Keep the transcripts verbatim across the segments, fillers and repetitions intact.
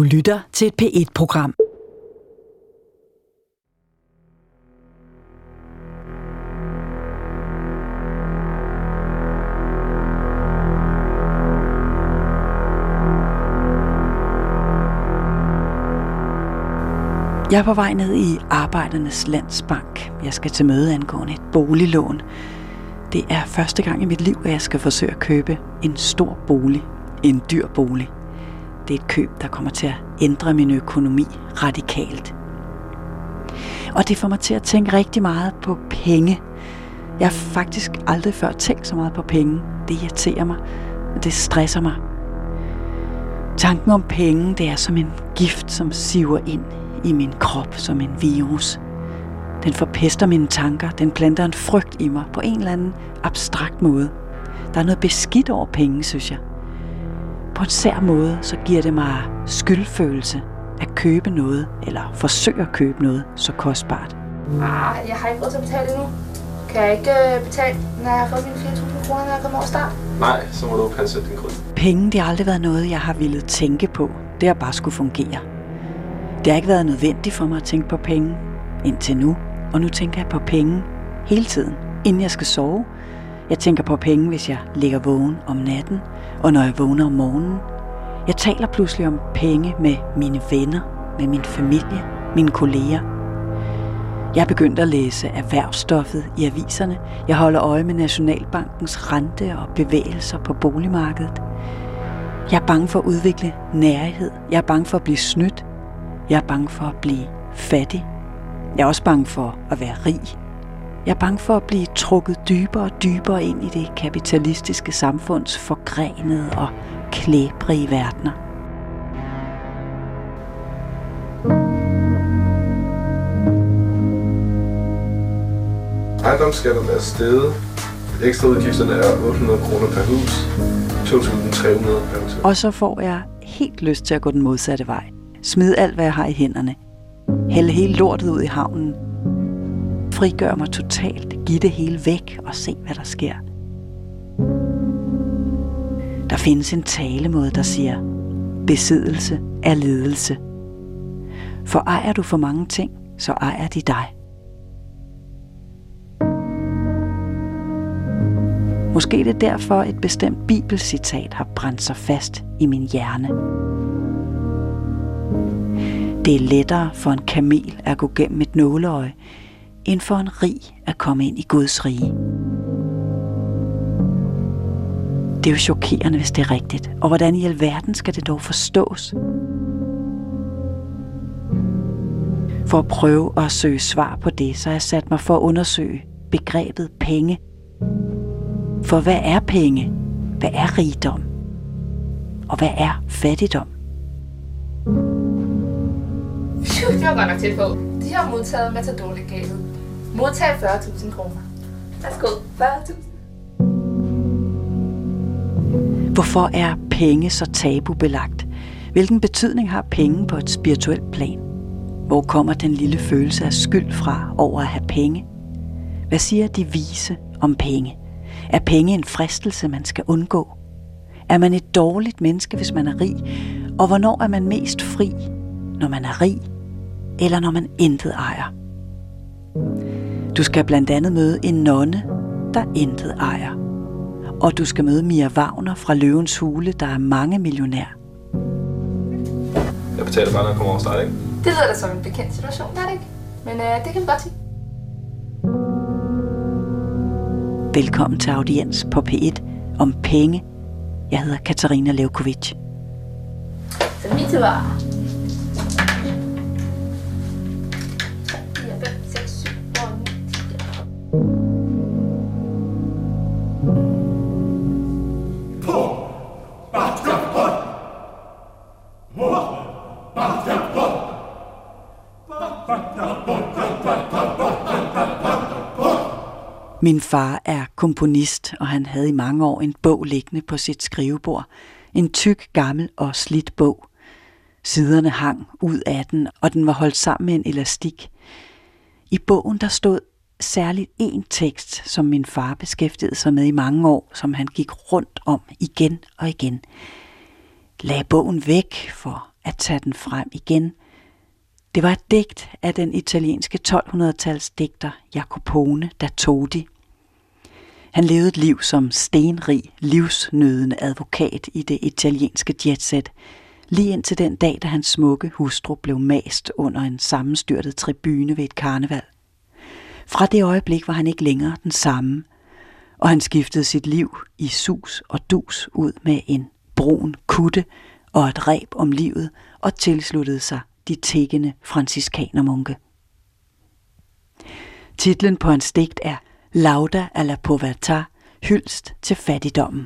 Du lytter til et P et-program. Jeg er på vej ned i Arbejdernes Landsbank. Jeg skal til møde angående et boliglån. Det er første gang i mit liv, at jeg skal forsøge at købe en stor bolig. En dyr bolig. Det er et køb, der kommer til at ændre min økonomi radikalt. Og det får mig til at tænke rigtig meget på penge. Jeg har faktisk aldrig før tænkt så meget på penge. Det irriterer mig, og det stresser mig. Tanken om penge, det er som en gift, som siver ind i min krop som en virus. Den forpester mine tanker, den planter en frygt i mig på en eller anden abstrakt måde. Der er noget beskidt over penge, synes jeg. På en sær måde, så giver det mig skyldfølelse at købe noget, eller forsøge at købe noget så kostbart. Ah, jeg har ikke råd til at betale endnu. Kan jeg ikke betale, når jeg har fået mine fire tusind kroner, når jeg kommer over start? Nej, så må du pansætte din grund. Penge, det har aldrig været noget, jeg har ville tænke på. Det har bare skulle fungere. Det har ikke været nødvendigt for mig at tænke på penge indtil nu, og nu tænker jeg på penge hele tiden, inden jeg skal sove. Jeg tænker på penge, hvis jeg ligger vågen om natten, og når jeg vågner om morgenen. Jeg taler pludselig om penge med mine venner, med min familie, mine kolleger. Jeg er begyndt at læse erhvervsstoffet i aviserne. Jeg holder øje med Nationalbankens rente og bevægelser på boligmarkedet. Jeg er bange for at udvikle nærhed. Jeg er bange for at blive snydt. Jeg er bange for at blive fattig. Jeg er også bange for at være rig. Jeg er bange for at blive trukket dybere og dybere ind i det kapitalistiske samfunds forgrenede og klæbrige verdener. Ejendomsskatterne er steget. Ekstra udgifterne er otte hundrede kroner per hus. to tusind tre hundrede per hus. Og så får jeg helt lyst til at gå den modsatte vej. Smid alt, hvad jeg har i hænderne. Hælde hele lortet ud i havnen. Frigør mig totalt. Giv det hele væk og se, hvad der sker. Der findes en talemåde, der siger, besiddelse er ledelse. For ejer du for mange ting, så ejer de dig. Måske er det derfor, et bestemt bibelcitat har brændt sig fast i min hjerne. Det er lettere for en kamel at gå gennem et nåleøje, end for en rig at komme ind i Guds rige. Det er jo chokerende, hvis det er rigtigt. Og hvordan i alverden skal det dog forstås? For at prøve at søge svar på det, så har jeg sat mig for at undersøge begrebet penge. For hvad er penge? Hvad er rigdom? Og hvad er fattigdom? Phew, det var godt nok tæt på. De har modtaget Matador-legatet. Modtag fyrre tusind kroner. Værsgo, fyrre tusind. Hvorfor er penge så tabubelagt? Hvilken betydning har penge på et spirituelt plan? Hvor kommer den lille følelse af skyld fra over at have penge? Hvad siger de vise om penge? Er penge en fristelse, man skal undgå? Er man et dårligt menneske, hvis man er rig? Og hvornår er man mest fri? Når man er rig, eller når man intet ejer? Du skal blandt andet møde en nonne, der intet ejer. Og du skal møde Mia Wagner fra Løvens Hule, der er mange millionær. Jeg betaler bare, når jeg kommer over start, ikke? Det lyder da som en bekendt situation, er det ikke? Men øh, det kan vi godt sige. Velkommen til audiens på P et om penge. Jeg hedder Katarina Levkovich. Så lige til var. fire, fem, seks, syv, otte, ni, ti. Min far er komponist, og han havde i mange år en bog liggende på sit skrivebord. En tyk, gammel og slidt bog. Siderne hang ud af den, og den var holdt sammen med en elastik. I bogen der stod særligt en tekst, som min far beskæftigede sig med i mange år, som han gik rundt om igen og igen. Lag bogen væk, for at tage den frem igen. Det var et digt af den italienske tolv-hundrede-tals digter Jacopone da Todi. Han levede et liv som stenrig, livsnødende advokat i det italienske jetset, lige indtil den dag, da hans smukke hustru blev mast under en sammenstyrtet tribune ved et karneval. Fra det øjeblik var han ikke længere den samme, og han skiftede sit liv i sus og dus ud med en brun kutte og et reb om livet og tilsluttede sig de tiggende franciskanermunke. Titlen på hans digt er Lauda alla povertà, hyldest til fattigdommen.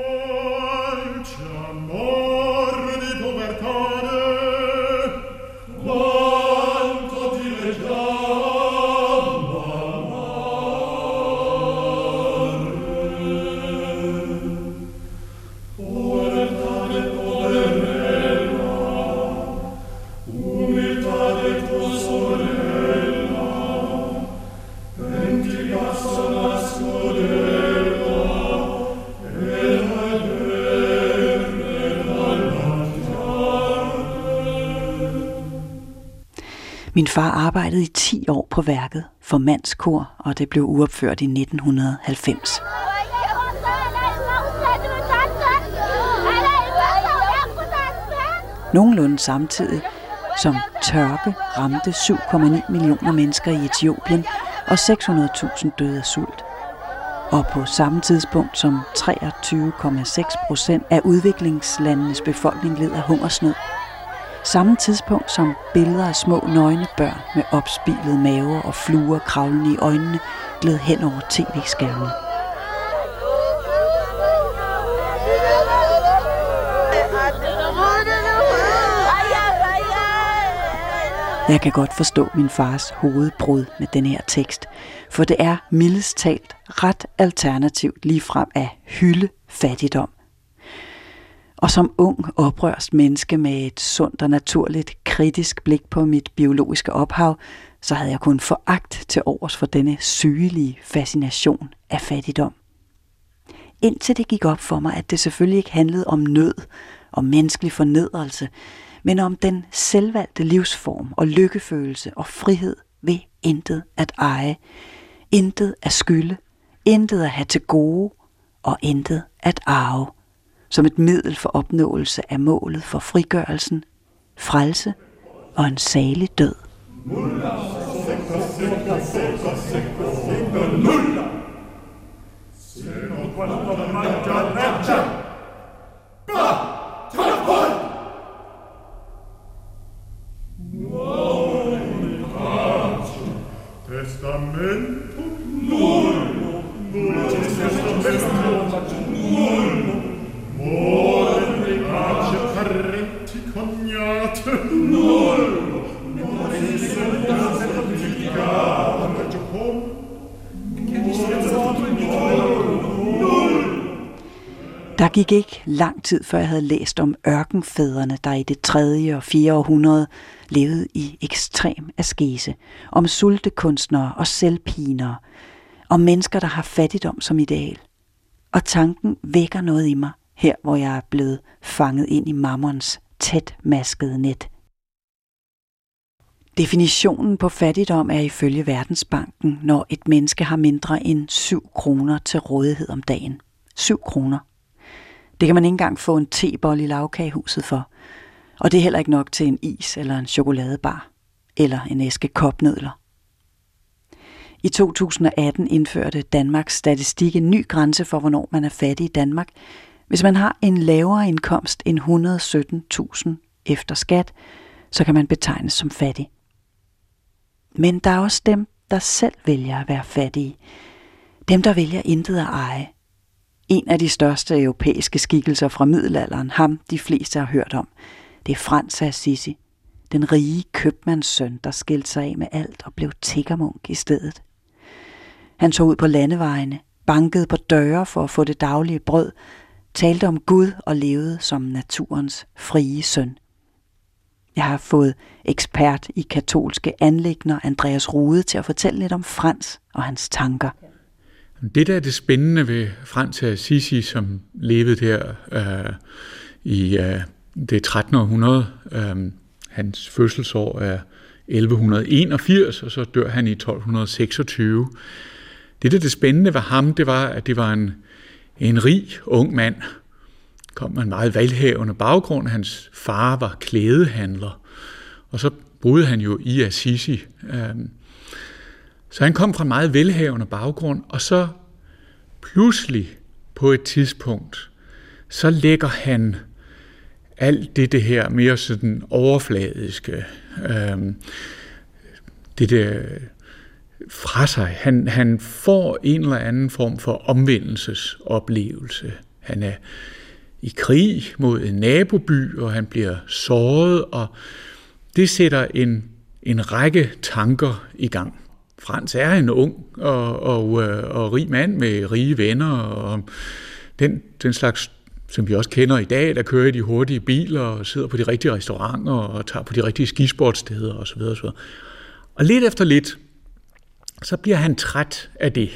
Min far arbejdede i ti år på værket for mandskor, og det blev uopført i nitten halvfems. Nogenlunde samtidig som tørke ramte syv komma ni millioner mennesker i Etiopien, og seks hundrede tusind døde af sult. Og på samme tidspunkt som treogtyve komma seks procent af udviklingslandenes befolkning led af hungersnød. Samme tidspunkt som billeder af små nøgne børn med opspilede maver og fluer kravlende i øjnene gled hen over tv-skærmen. Jeg kan godt forstå min fars hovedbrud med den her tekst, for det er mildest talt ret alternativt ligefrem at hylde fattigdom. Og som ung oprørst menneske med et sundt og naturligt kritisk blik på mit biologiske ophav, så havde jeg kun foragt til overs for denne sygelige fascination af fattigdom. Indtil det gik op for mig, at det selvfølgelig ikke handlede om nød og menneskelig fornedrelse, men om den selvvalgte livsform og lykkefølelse og frihed ved intet at eje, intet at skylde, intet at have til gode og intet at arve, som et middel for opnåelse af målet for frigørelsen, frelse og en salig død. Testamento nullo, nullo testamento nullo, morte pace parenti cognate nullo, nullo Der gik ikke lang tid, før jeg havde læst om ørkenfædrene, der i det tredje og fjerde århundrede levede i ekstrem askese, om sultekunstnere og selvpinere, om mennesker, der har fattigdom som ideal. Og tanken vækker noget i mig, her hvor jeg er blevet fanget ind i mammons tæt maskede net. Definitionen på fattigdom er ifølge Verdensbanken, når et menneske har mindre end syv kroner til rådighed om dagen. syv kroner. Det kan man ikke engang få en tebolle i lavkagehuset for. Og det er heller ikke nok til en is eller en chokoladebar. Eller en æske kopnødler. I to tusind og atten indførte Danmarks Statistik en ny grænse for, hvornår man er fattig i Danmark. Hvis man har en lavere indkomst end et hundrede og sytten tusind efter skat, så kan man betegnes som fattig. Men der er også dem, der selv vælger at være fattige. Dem, der vælger intet at eje. En af de største europæiske skikkelser fra middelalderen, ham de fleste har hørt om, det er Frans af Assisi, den rige købmandssøn, der skilte sig af med alt og blev tiggermunk i stedet. Han tog ud på landevejene, bankede på døre for at få det daglige brød, talte om Gud og levede som naturens frie søn. Jeg har fået ekspert i katolske anliggender Andreas Rude til at fortælle lidt om Frans og hans tanker. Det, der er det spændende ved Frans af Assisi, som levede der øh, i øh, det trettende århundrede, Øhm, hans fødselsår er elleve enogfirs, og så dør han i tolv seksogtyve. Det, der det spændende ved ham, det var, at det var en, en rig, ung mand. Kom med en meget velhavende baggrund. Hans far var klædehandler, og så boede han jo i Assisi. Så han kom fra en meget velhavende baggrund, og så pludselig på et tidspunkt, så lægger han alt det, det her mere sådan overfladiske, det der fra sig. Han, han får en eller anden form for omvendelsesoplevelse. Han er i krig mod en naboby, og han bliver såret, og det sætter en, en række tanker i gang. Frans er en ung og, og, og rig mand med rige venner, og den, den slags, som vi også kender i dag, der kører i de hurtige biler og sidder på de rigtige restauranter og tager på de rigtige skisportsteder osv. osv. Og lidt efter lidt, så bliver han træt af det.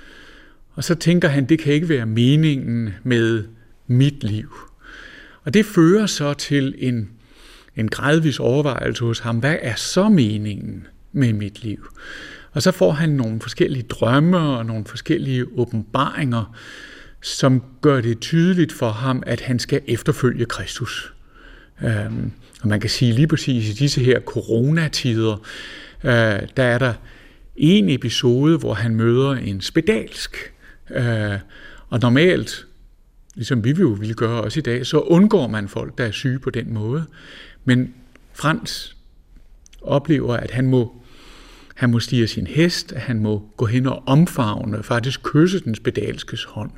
Og så tænker han, det kan ikke være meningen med mit liv. Og det fører så til en, en gradvis overvejelse hos ham. Hvad er så meningen med mit liv? Og så får han nogle forskellige drømme og nogle forskellige åbenbaringer, som gør det tydeligt for ham, at han skal efterfølge Kristus. Øhm, og man kan sige lige præcis i disse her coronatider, øh, der er der en episode, hvor han møder en spedalsk. Øh, og normalt, ligesom vi jo ville gøre også i dag, så undgår man folk, der er syge på den måde. Men Frans oplever, at han må, han må stige sin hest, at han må gå hen og omfavne, faktisk kysse den spedalskes hånd.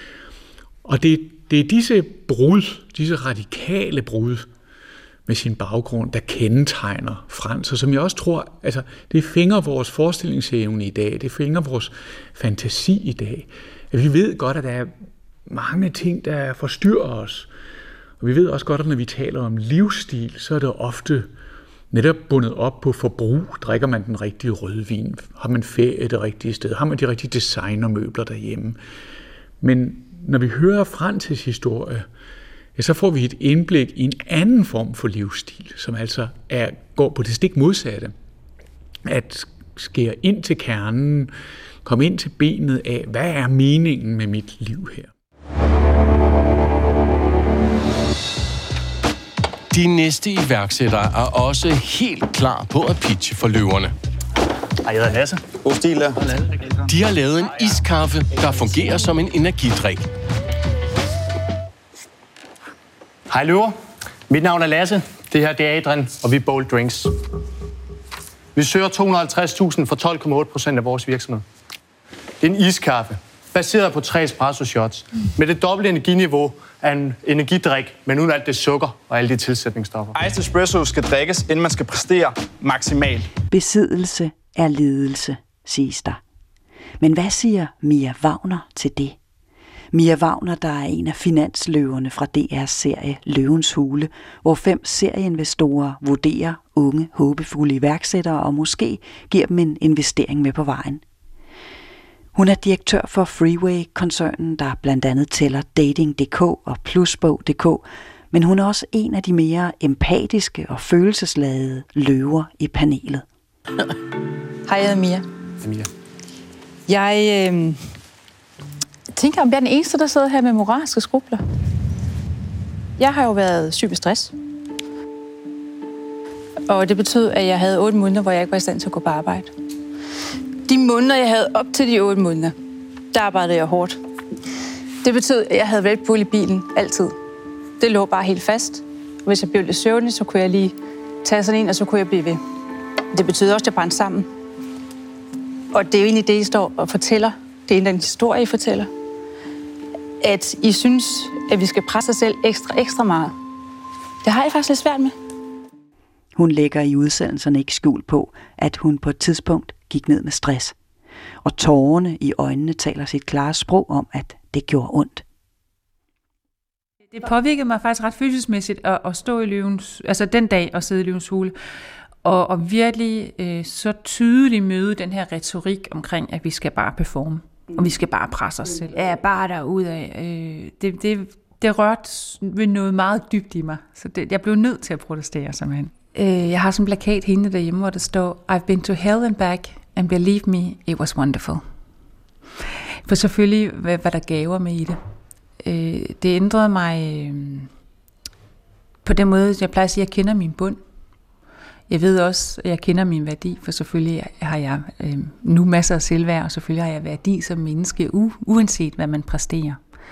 Og det, det er disse brud, disse radikale brud med sin baggrund, der kendetegner Frans, og som jeg også tror, altså det fænger vores forestillingsevne i dag, det fænger vores fantasi i dag. At vi ved godt, at der er mange ting, der forstyrrer os. Og vi ved også godt, at når vi taler om livsstil, så er det ofte netop bundet op på forbrug. Drikker man den rigtige rødvin? Har man ferie det rigtige sted? Har man de rigtige designermøbler derhjemme? Men når vi hører Frans' historie, ja, så får vi et indblik i en anden form for livsstil, som altså er, går på det stik modsatte. At skære ind til kernen, komme ind til benet af, hvad er meningen med mit liv her? De næste iværksættere er også helt klar på at pitche for løverne. Hej, jeg hedder Lasse. God stil, der. De har lavet en iskaffe, der fungerer som en energidrik. Hej løver. Mit navn er Lasse. Det her det er Adrian, og vi er Bold Drinks. Vi søger to hundrede og halvtreds tusind for tolv komma otte procent af vores virksomhed. Det er en iskaffe, baseret på tre espresso shots, med det dobbelte energiniveau af en energidrik, men uden alt det sukker og alle de tilsætningsstoffer. Iced espresso skal drikkes, inden man skal præstere maksimalt. Besiddelse er ledelse, siges der. Men hvad siger Mia Wagner til det? Mia Wagner, der er en af finansløverne fra D R's serie Løvens Hule, hvor fem serieinvestorer vurderer unge, håbefulde iværksættere og måske giver dem en investering med på vejen. Hun er direktør for Freeway-koncernen, der blandt andet tæller Dating punktum d k og Plusbog punktum d k, men hun er også en af de mere empatiske og følelsesladede løver i panelet. Hej, jeg hedder Mia. Hej, Mia. Jeg øh, tænker, om jeg er den eneste, der sidder her med moralske skrubler. Jeg har jo været syg med stress. Og det betød, at jeg havde otte måneder, hvor jeg ikke var i stand til at gå på arbejde. De måneder, jeg havde op til de otte måneder, der arbejdede jeg hårdt. Det betød, at jeg havde Red Bull i bilen altid. Det lå bare helt fast. Hvis jeg blev lidt søvnig, så kunne jeg lige tage sådan en, og så kunne jeg blive ved. Det betød også, at jeg brændte sammen. Og det er jo egentlig det, I står og fortæller. Det er en af den historie, I fortæller. At I synes, at vi skal presse os selv ekstra, ekstra meget. Det har jeg faktisk lidt svært med. Hun lægger i udsendelserne ikke skjul på, at hun på et tidspunkt gik ned med stress. Og tårerne i øjnene taler sit klare sprog om, at det gjorde ondt. Det påvirkede mig faktisk ret følelsesmæssigt at, at stå i løvens, altså den dag og sidde i Løvens Hule, og, og virkelig øh, så tydeligt møde den her retorik omkring, at vi skal bare performe, og vi skal bare presse os selv. Ja, bare derudad. Øh, det, det, det rørte ved noget meget dybt i mig, så det, jeg blev nødt til at protestere simpelthen. Øh, jeg har sådan en plakat hængende derhjemme, hvor der står, I've been to hell and back, and believe me, it was wonderful. For selvfølgelig var der gaver med i det. Øh, det ændrede mig øh, på den måde, jeg plejer at sige, at jeg kender min bund. Jeg ved også, at jeg kender min værdi, for selvfølgelig har jeg øh, nu masser af selvværd, og selvfølgelig har jeg værdi som menneske, u- uanset hvad man præsterer.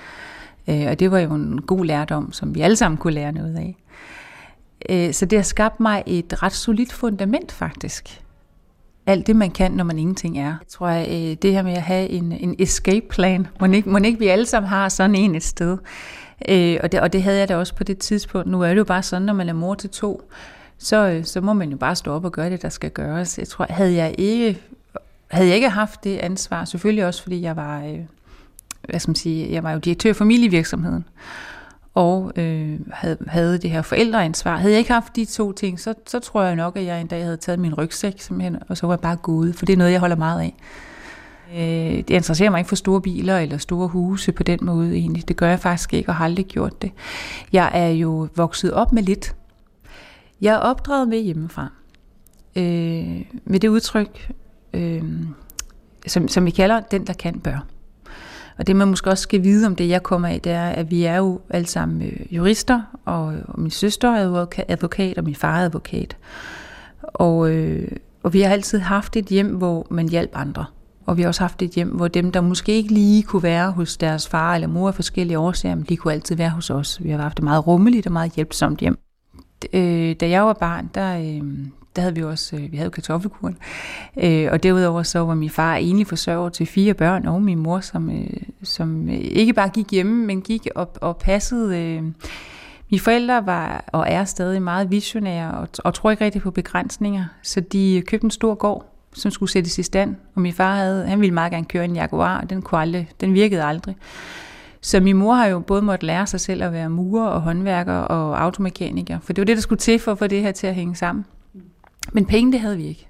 Øh, og det var jo en god lærdom, som vi alle sammen kunne lære noget af. Øh, så det har skabt mig et ret solidt fundament faktisk. Alt det, man kan, når man ingenting er. Jeg tror, at det her med at have en, en escape plan, må ikke, må ikke vi alle sammen har sådan en et sted. Øh, og, det, og det havde jeg da også på det tidspunkt. Nu er det jo bare sådan, når man er mor til to, så, så må man jo bare stå op og gøre det, der skal gøres. Jeg tror, havde jeg ikke, havde jeg ikke haft det ansvar, selvfølgelig også, fordi jeg var, øh, hvad skal man sige, jeg var jo direktør i familievirksomheden, og øh, havde, havde det her forældreansvar. Havde jeg ikke haft de to ting, så, så tror jeg nok, at jeg en dag havde taget min rygsæk simpelthen, og så var jeg bare gået, for det er noget, jeg holder meget af. Øh, det interesserer mig ikke for store biler eller store huse på den måde egentlig. Det gør jeg faktisk ikke, og har aldrig gjort det. Jeg er jo vokset op med lidt. Jeg er opdraget med hjemmefra. Øh, med det udtryk, øh, som, som vi kalder, den der kan bør. Og det man måske også skal vide om det, jeg kommer af, det er, at vi er jo alle sammen jurister, og, og min søster er advokat, og min far er advokat. Og, øh, og vi har altid haft et hjem, hvor man hjalp andre. Og vi har også haft et hjem, hvor dem, der måske ikke lige kunne være hos deres far eller mor af forskellige årsager, de kunne altid være hos os. Vi har haft et meget rummeligt og meget hjælpsomt hjem. Øh, da jeg var barn, der... Øh, Der havde vi også, vi havde jo kartoffelkuren, øh, og derudover så var min far enlig forsørger til fire børn, og min mor, som, øh, som ikke bare gik hjemme, men gik og, og passede. Øh. Mine forældre var og er stadig meget visionære, og, og tror ikke rigtig på begrænsninger, så de købte en stor gård, som skulle sættes i stand, og min far havde, han ville meget gerne køre en Jaguar, og den, kunne aldrig, den virkede aldrig. Så min mor har jo både måttet lære sig selv at være murer og håndværker og automekaniker, for det var det, der skulle til for at få det her til at hænge sammen. Men penge, det havde vi ikke.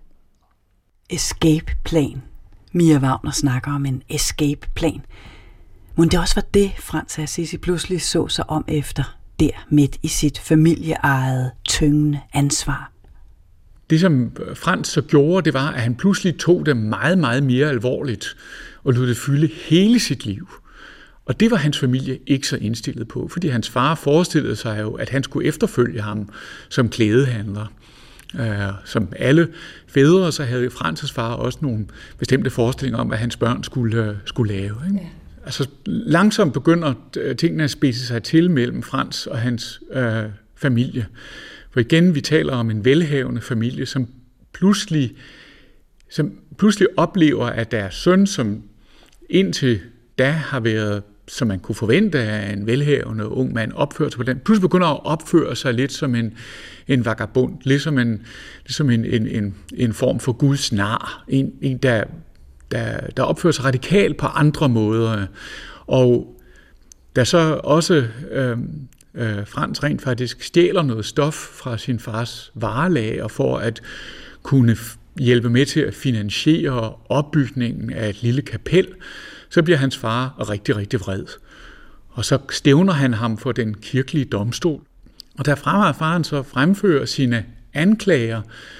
Escape-plan. Mia Wagner snakker om en escape-plan. Men det også var det, Frans Assisi pludselig så sig om efter, der midt i sit familieejede, tyngende ansvar. Det, som Frans så gjorde, det var, at han pludselig tog det meget, meget mere alvorligt og lod det fylde hele sit liv. Og det var hans familie ikke så indstillet på, fordi hans far forestillede sig jo, at han skulle efterfølge ham som klædehandler. Uh, som alle fædre, så havde Frans' far også nogle bestemte forestillinger om, hvad hans børn skulle, uh, skulle lave. Ikke? Ja. Altså langsomt begynder tingene at spidse sig til mellem Frans og hans uh, familie. For igen, vi taler om en velhavende familie, som pludselig, som pludselig oplever, at deres søn, som indtil da har været, som man kunne forvente af en velhavende ung mand, opfører sig på den, pludselig begynder at opføre sig lidt som en, en vagabond, lidt som en, ligesom en, en, en, en form for Guds nar, en, en der, der, der opfører sig radikalt på andre måder. Og der så også øh, øh, Frans rent faktisk stjæler noget stof fra sin fars varelager for at kunne hjælpe med til at finansiere opbygningen af et lille kapel, så bliver hans far rigtig, rigtig vred. Og så stævner han ham for den kirkelige domstol. Og derfra faren så fremfører sine anklager,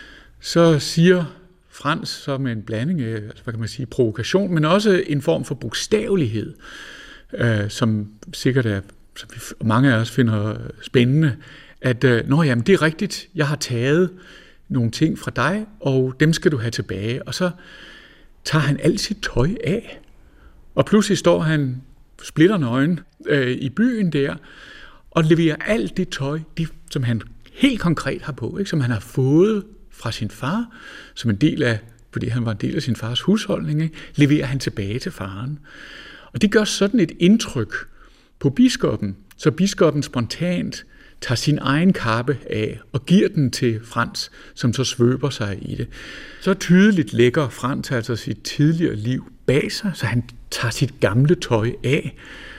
så siger Frans så med en blanding af, hvad kan man sige, provokation, men også en form for bogstavelighed, øh, som sikkert er, som vi, mange af os finder spændende, at øh, nå jamen, det er rigtigt, jeg har taget nogle ting fra dig, og dem skal du have tilbage. Og så tager han alt sit tøj af. Og pludselig står han splitternøgen øh, i byen der, og leverer alt det tøj, det, som han helt konkret har på, ikke? Som han har fået fra sin far, som en del af, fordi han var en del af sin fars husholdning, ikke? Leverer han tilbage til faren. Og det gør sådan et indtryk på biskoppen, så biskoppen spontant tager sin egen kappe af og giver den til Frans, som så svøber sig i det. Så tydeligt lægger Frans altså sit tidligere liv bag sig, så han tager sit gamle tøj af,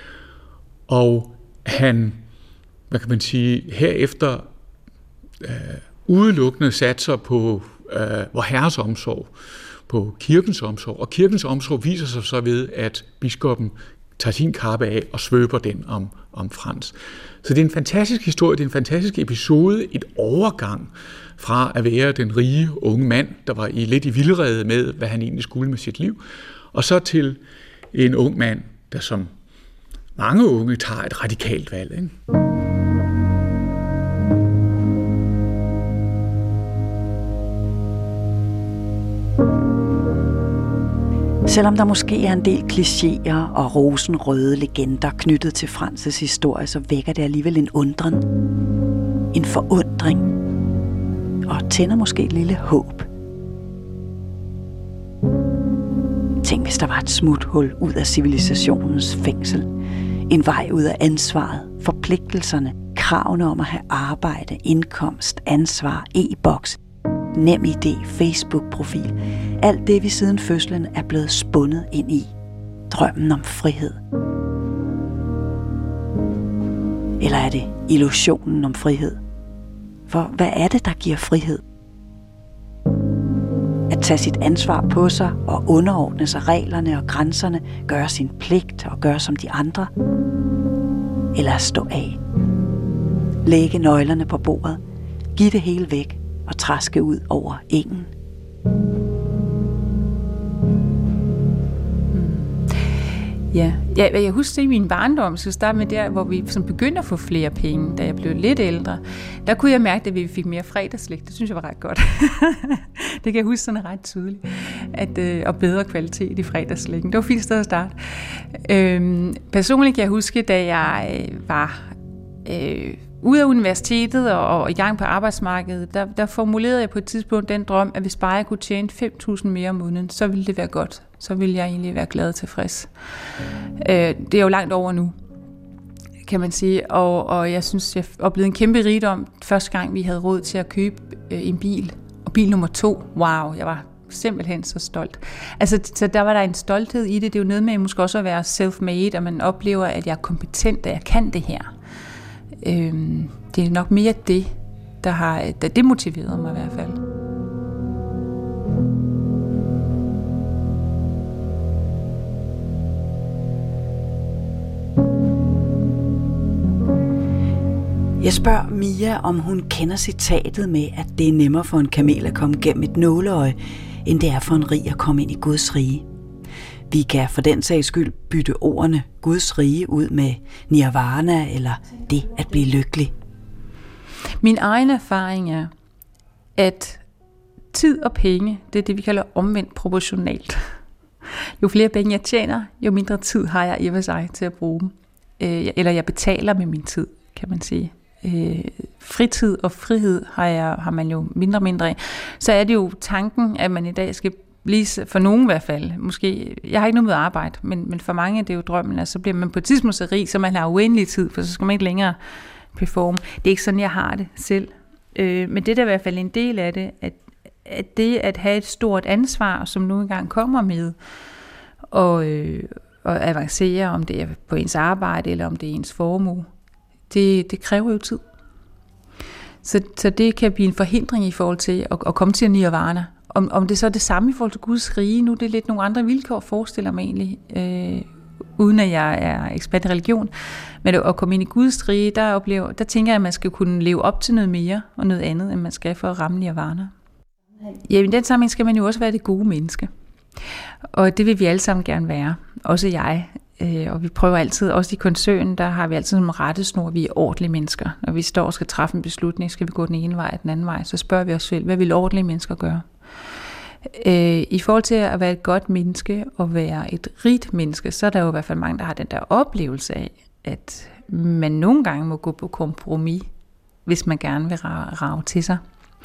og han, hvad kan man sige, herefter øh, udelukkende satser på øh, vor Herres omsorg, på kirkens omsorg, og kirkens omsorg viser sig så ved, at biskoppen tager sin kappe af og svøber den om, om Frans. Så det er en fantastisk historie, det er en fantastisk episode, et overgang fra at være den rige unge mand, der var i lidt i vildrede med, hvad han egentlig skulle med sit liv, og så til en ung mand, der som mange unge tager et radikalt valg, ikke? Selvom der måske er en del klichéer og rosenrøde legender knyttet til Frans' historie, så vækker det alligevel en undren, en forundring og tænder måske et lille håb. Tænk, hvis der var et smuthul ud af civilisationens fængsel. En vej ud af ansvaret, forpligtelserne, kravene om at have arbejde, indkomst, ansvar, e-boks, NemID, Facebook-profil. Alt det, vi siden fødslen er blevet spundet ind i. Drømmen om frihed. Eller er det illusionen om frihed? For hvad er det, der giver frihed? At tage sit ansvar på sig og underordne sig reglerne og grænserne, gøre sin pligt og gøre som de andre? Eller at stå af? Lægge nøglerne på bordet, give det hele væk og traske ud over engen? Ja, ja, jeg husker i min barndom, så starte med der, hvor vi som begyndte at få flere penge, da jeg blev lidt ældre. Der kunne jeg mærke, at vi fik mere fredagslæg. Det synes jeg var ret godt. Det kan jeg huske sådan ret tydeligt. At, øh, og bedre kvalitet i fredagslæggen. Det var et fint sted at starte. Øhm, personligt kan jeg huske, da jeg var øh, ude af universitetet og, og i gang på arbejdsmarkedet, der, der formulerede jeg på et tidspunkt den drøm, at hvis bare jeg kunne tjene fem tusind mere om måneden, så ville det være godt. Så ville jeg egentlig være glad og tilfreds. Øh, det er jo langt over nu, kan man sige. Og, og jeg synes, jeg oplevede en kæmpe rigdom første gang, vi havde råd til at købe øh, en bil. Og bil nummer to, wow, jeg var simpelthen så stolt. Altså, så der var der en stolthed i det. Det er jo noget med måske også at være self-made, og man oplever, at jeg er kompetent, at jeg kan det her. Øh, det er nok mere det, der har der demotiveret mig i hvert fald. Jeg spørger Mia, om hun kender citatet med, at det er nemmere for en kamel at komme gennem et nåleøje, end det er for en rig at komme ind i Guds rige. Vi kan for den sags skyld bytte ordene Guds rige ud med nirvana eller det at blive lykkelig. Min egen erfaring er, at tid og penge, det er det, vi kalder omvendt proportionalt. Jo flere penge jeg tjener, jo mindre tid har jeg i og for sig til at bruge dem. Eller jeg betaler med min tid, kan man sige. Øh, fritid og frihed har, jeg, har man jo mindre og mindre af. Så er det jo tanken, at man i dag skal blive, for nogen i hvert fald, måske, jeg har ikke noget med at arbejde, men, men for mange er det jo drømmen, at så bliver man på et tidspunkt så rig, så man har uendelig tid, for så skal man ikke længere performe. Det er ikke sådan, jeg har det selv. Øh, men det er i hvert fald en del af det, at, at det at have et stort ansvar, som nu engang kommer med, og, øh, og avancere, om det er på ens arbejde, eller om det er ens formue, Det, det kræver jo tid. Så, så det kan blive en forhindring i forhold til at, at komme til nirvana. Om, om det så er det samme i forhold til Guds rige, nu er det lidt nogle andre vilkår, forestiller mig egentlig, øh, uden at jeg er ekspert i religion. Men at komme ind i Guds rige, der, oplever, der tænker jeg, at man skal kunne leve op til noget mere og noget andet, end man skal for at ramme nirvana. Ja, i den sammenhæng skal man jo også være det gode menneske. Og det vil vi alle sammen gerne være. Også jeg. Og vi prøver altid, også i koncernen, der har vi altid en rettesnor, vi er ordentlige mennesker. Når vi står og skal træffe en beslutning, skal vi gå den ene vej eller den anden vej, så spørger vi os selv, hvad vil ordentlige mennesker gøre? I forhold til at være et godt menneske og være et rigt menneske, så er der jo i hvert fald mange, der har den der oplevelse af, at man nogle gange må gå på kompromis, hvis man gerne vil rage til sig.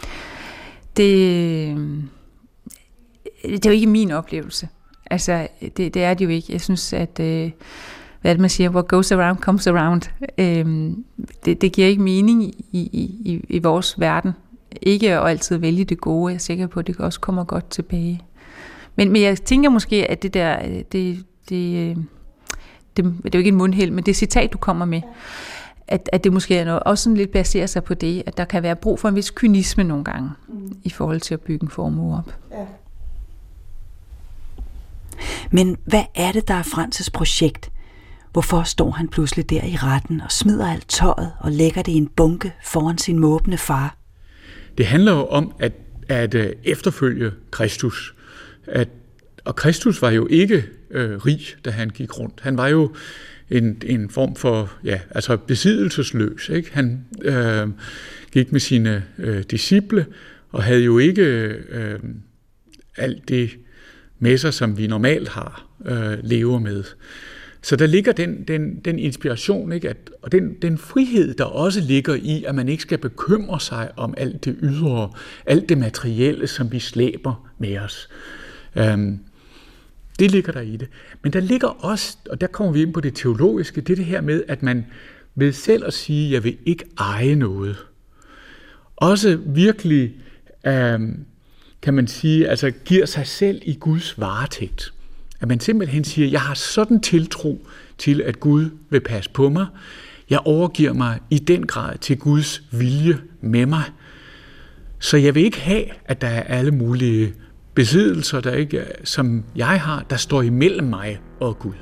Det, det er jo ikke min oplevelse. Altså, det, det er det jo ikke. Jeg synes, at, øh, hvad er det, man siger, what goes around, comes around. Øhm, det, det giver ikke mening i, i, i, i vores verden. Ikke at altid vælge det gode. Jeg er sikker på, at det også kommer godt tilbage. Men, men jeg tænker måske, at det der, det, det, det, det er jo ikke en mundhæld, men det citat, du kommer med, at, at det måske er noget, også sådan lidt baserer sig på det, at der kan være brug for en vis kynisme nogle gange, mm. i forhold til at bygge en formue op. Ja. Men hvad er det, der er Frans' projekt? Hvorfor står han pludselig der i retten og smider alt tøjet og lægger det i en bunke foran sin måbende far? Det handler jo om at, at efterfølge Kristus. At, og Kristus var jo ikke øh, rig, da han gik rundt. Han var jo en, en form for ja, altså besiddelsesløs. Ikke? Han øh, gik med sine øh, disciple og havde jo ikke øh, alt det med sig, som vi normalt har øh, lever med. Så der ligger den, den, den inspiration, ikke? At, og den, den frihed, der også ligger i, at man ikke skal bekymre sig om alt det ydre, alt det materielle, som vi slæber med os. Um, det ligger der i det. Men der ligger også, og der kommer vi ind på det teologiske, det er det her med, at man ved selv at sige, jeg vil ikke eje noget. Også virkelig, um, kan man sige, altså giver sig selv i Guds varetægt. At man simpelthen siger, jeg har sådan tiltro til, at Gud vil passe på mig. Jeg overgiver mig i den grad til Guds vilje med mig. Så jeg vil ikke have, at der er alle mulige besiddelser, der ikke, som jeg har, der står imellem mig og Gud.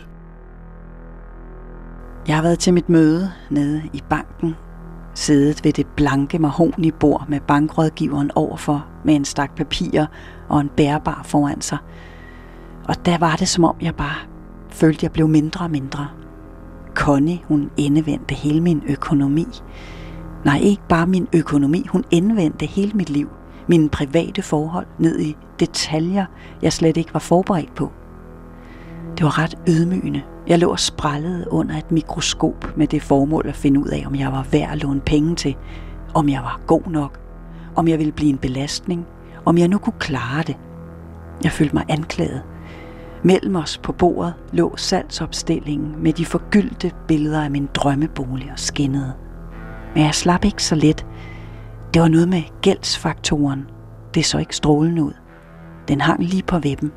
Jeg har været til mit møde nede i banken, siddet ved det blanke mahogni-bord med bankrådgiveren overfor, med en stak papirer og en bærbar foran sig. Og der var det, som om jeg bare følte, jeg blev mindre og mindre. Connie, hun endevendte hele min økonomi. Nej, ikke bare min økonomi, hun endevendte hele mit liv. Mine private forhold ned i detaljer, jeg slet ikke var forberedt på. Det var ret ydmygende. Jeg lå og sprællede under et mikroskop med det formål at finde ud af, om jeg var værd at låne penge til, om jeg var god nok, om jeg ville blive en belastning, om jeg nu kunne klare det. Jeg følte mig anklaget. Mellem os på bordet lå salgsopstillingen med de forgyldte billeder af min drømmebolig og skinnede. Men jeg slap ikke så let. Det var noget med gældsfaktoren. Det så ikke strålende ud. Den hang lige på vippen.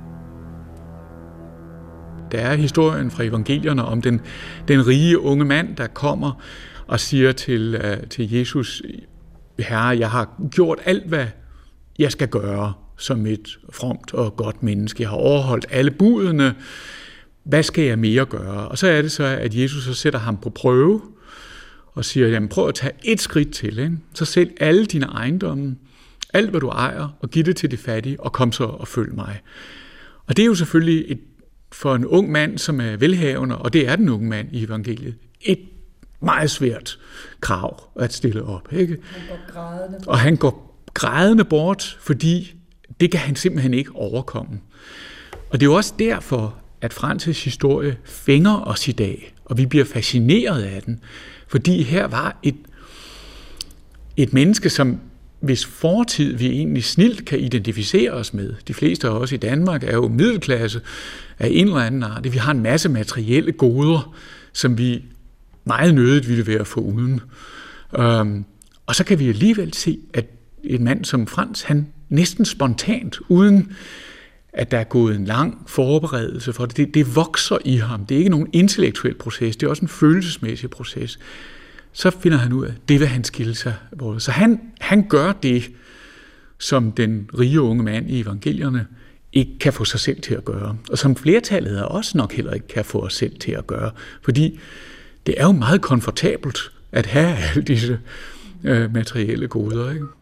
Der er historien fra evangelierne om den, den rige unge mand, der kommer og siger til, uh, til Jesus, Herre, jeg har gjort alt, hvad jeg skal gøre som et fromt og godt menneske. Jeg har overholdt alle budene. Hvad skal jeg mere gøre? Og så er det så, at Jesus så sætter ham på prøve og siger, jamen prøv at tage et skridt til. Ikke? Så sælg alle dine ejendomme, alt hvad du ejer, og giv det til de fattige, og kom så og følg mig. Og det er jo selvfølgelig et, for en ung mand, som er velhavende, og det er den unge mand i evangeliet, et meget svært krav at stille op. Ikke? Han går grædende bort. Og han går grædende bort, fordi det kan han simpelthen ikke overkomme. Og det er jo også derfor, at Frans' historie fænger os i dag, og vi bliver fascineret af den, fordi her var et, et menneske, som hvis fortid vi egentlig snilt kan identificere os med. De fleste af os i Danmark er jo middelklasse af en eller anden art. Vi har en masse materielle goder, som vi meget nødigt ville være foruden. Um, og så kan vi alligevel se, at en mand som Frans, han næsten spontant, uden at der er gået en lang forberedelse for det, det, det vokser i ham. Det er ikke nogen intellektuel proces, det er også en følelsesmæssig proces. Så finder han ud af, det vil han skille sig. Så han, han gør det, som den rige unge mand i evangelierne ikke kan få sig selv til at gøre. Og som flertallet af os nok heller ikke kan få os selv til at gøre. Fordi det er jo meget komfortabelt at have alle disse øh, materielle goder, ikke?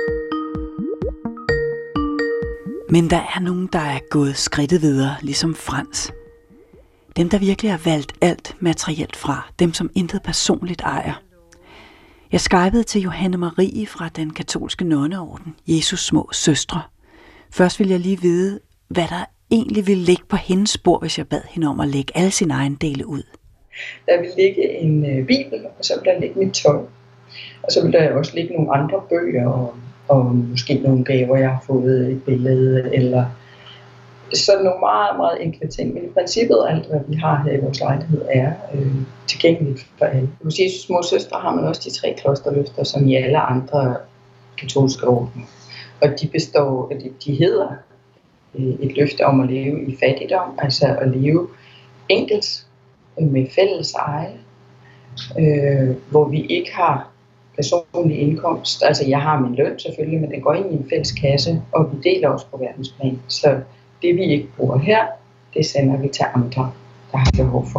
Men der er nogen, der er gået skridtet videre, ligesom Frans. Dem, der virkelig har valgt alt materielt fra. Dem, som intet personligt ejer. Jeg skypede til Johanne Marie fra den katolske nonneorden, Jesus små søstre. Først ville jeg lige vide, hvad der egentlig ville ligge på hendes spor, hvis jeg bad hende om at lægge alle sine ejendele ud. Der vil ligge en øh, bibel, og så vil der ligge mit tøj. Og så vil der også ligge nogle andre bøger, og, og måske nogle gaver, jeg har fået, et billede, eller sådan nogle meget, meget enkle ting. Men i princippet, alt hvad vi har her i vores lejlighed, er øh, tilgængeligt for alle. Hos Jesus små søstre har man også de tre klosterløfter, som i alle andre katolske ordener. Og de består, de, de hedder øh, et løfte om at leve i fattigdom, altså at leve enkelt med fælles eje, øh, hvor vi ikke har personlig indkomst. Altså jeg har min løn selvfølgelig, men den går ind i en fælles kasse, og vi deler også på verdensplan. Så det vi ikke bruger her, det sender vi til andre, der har behov for det.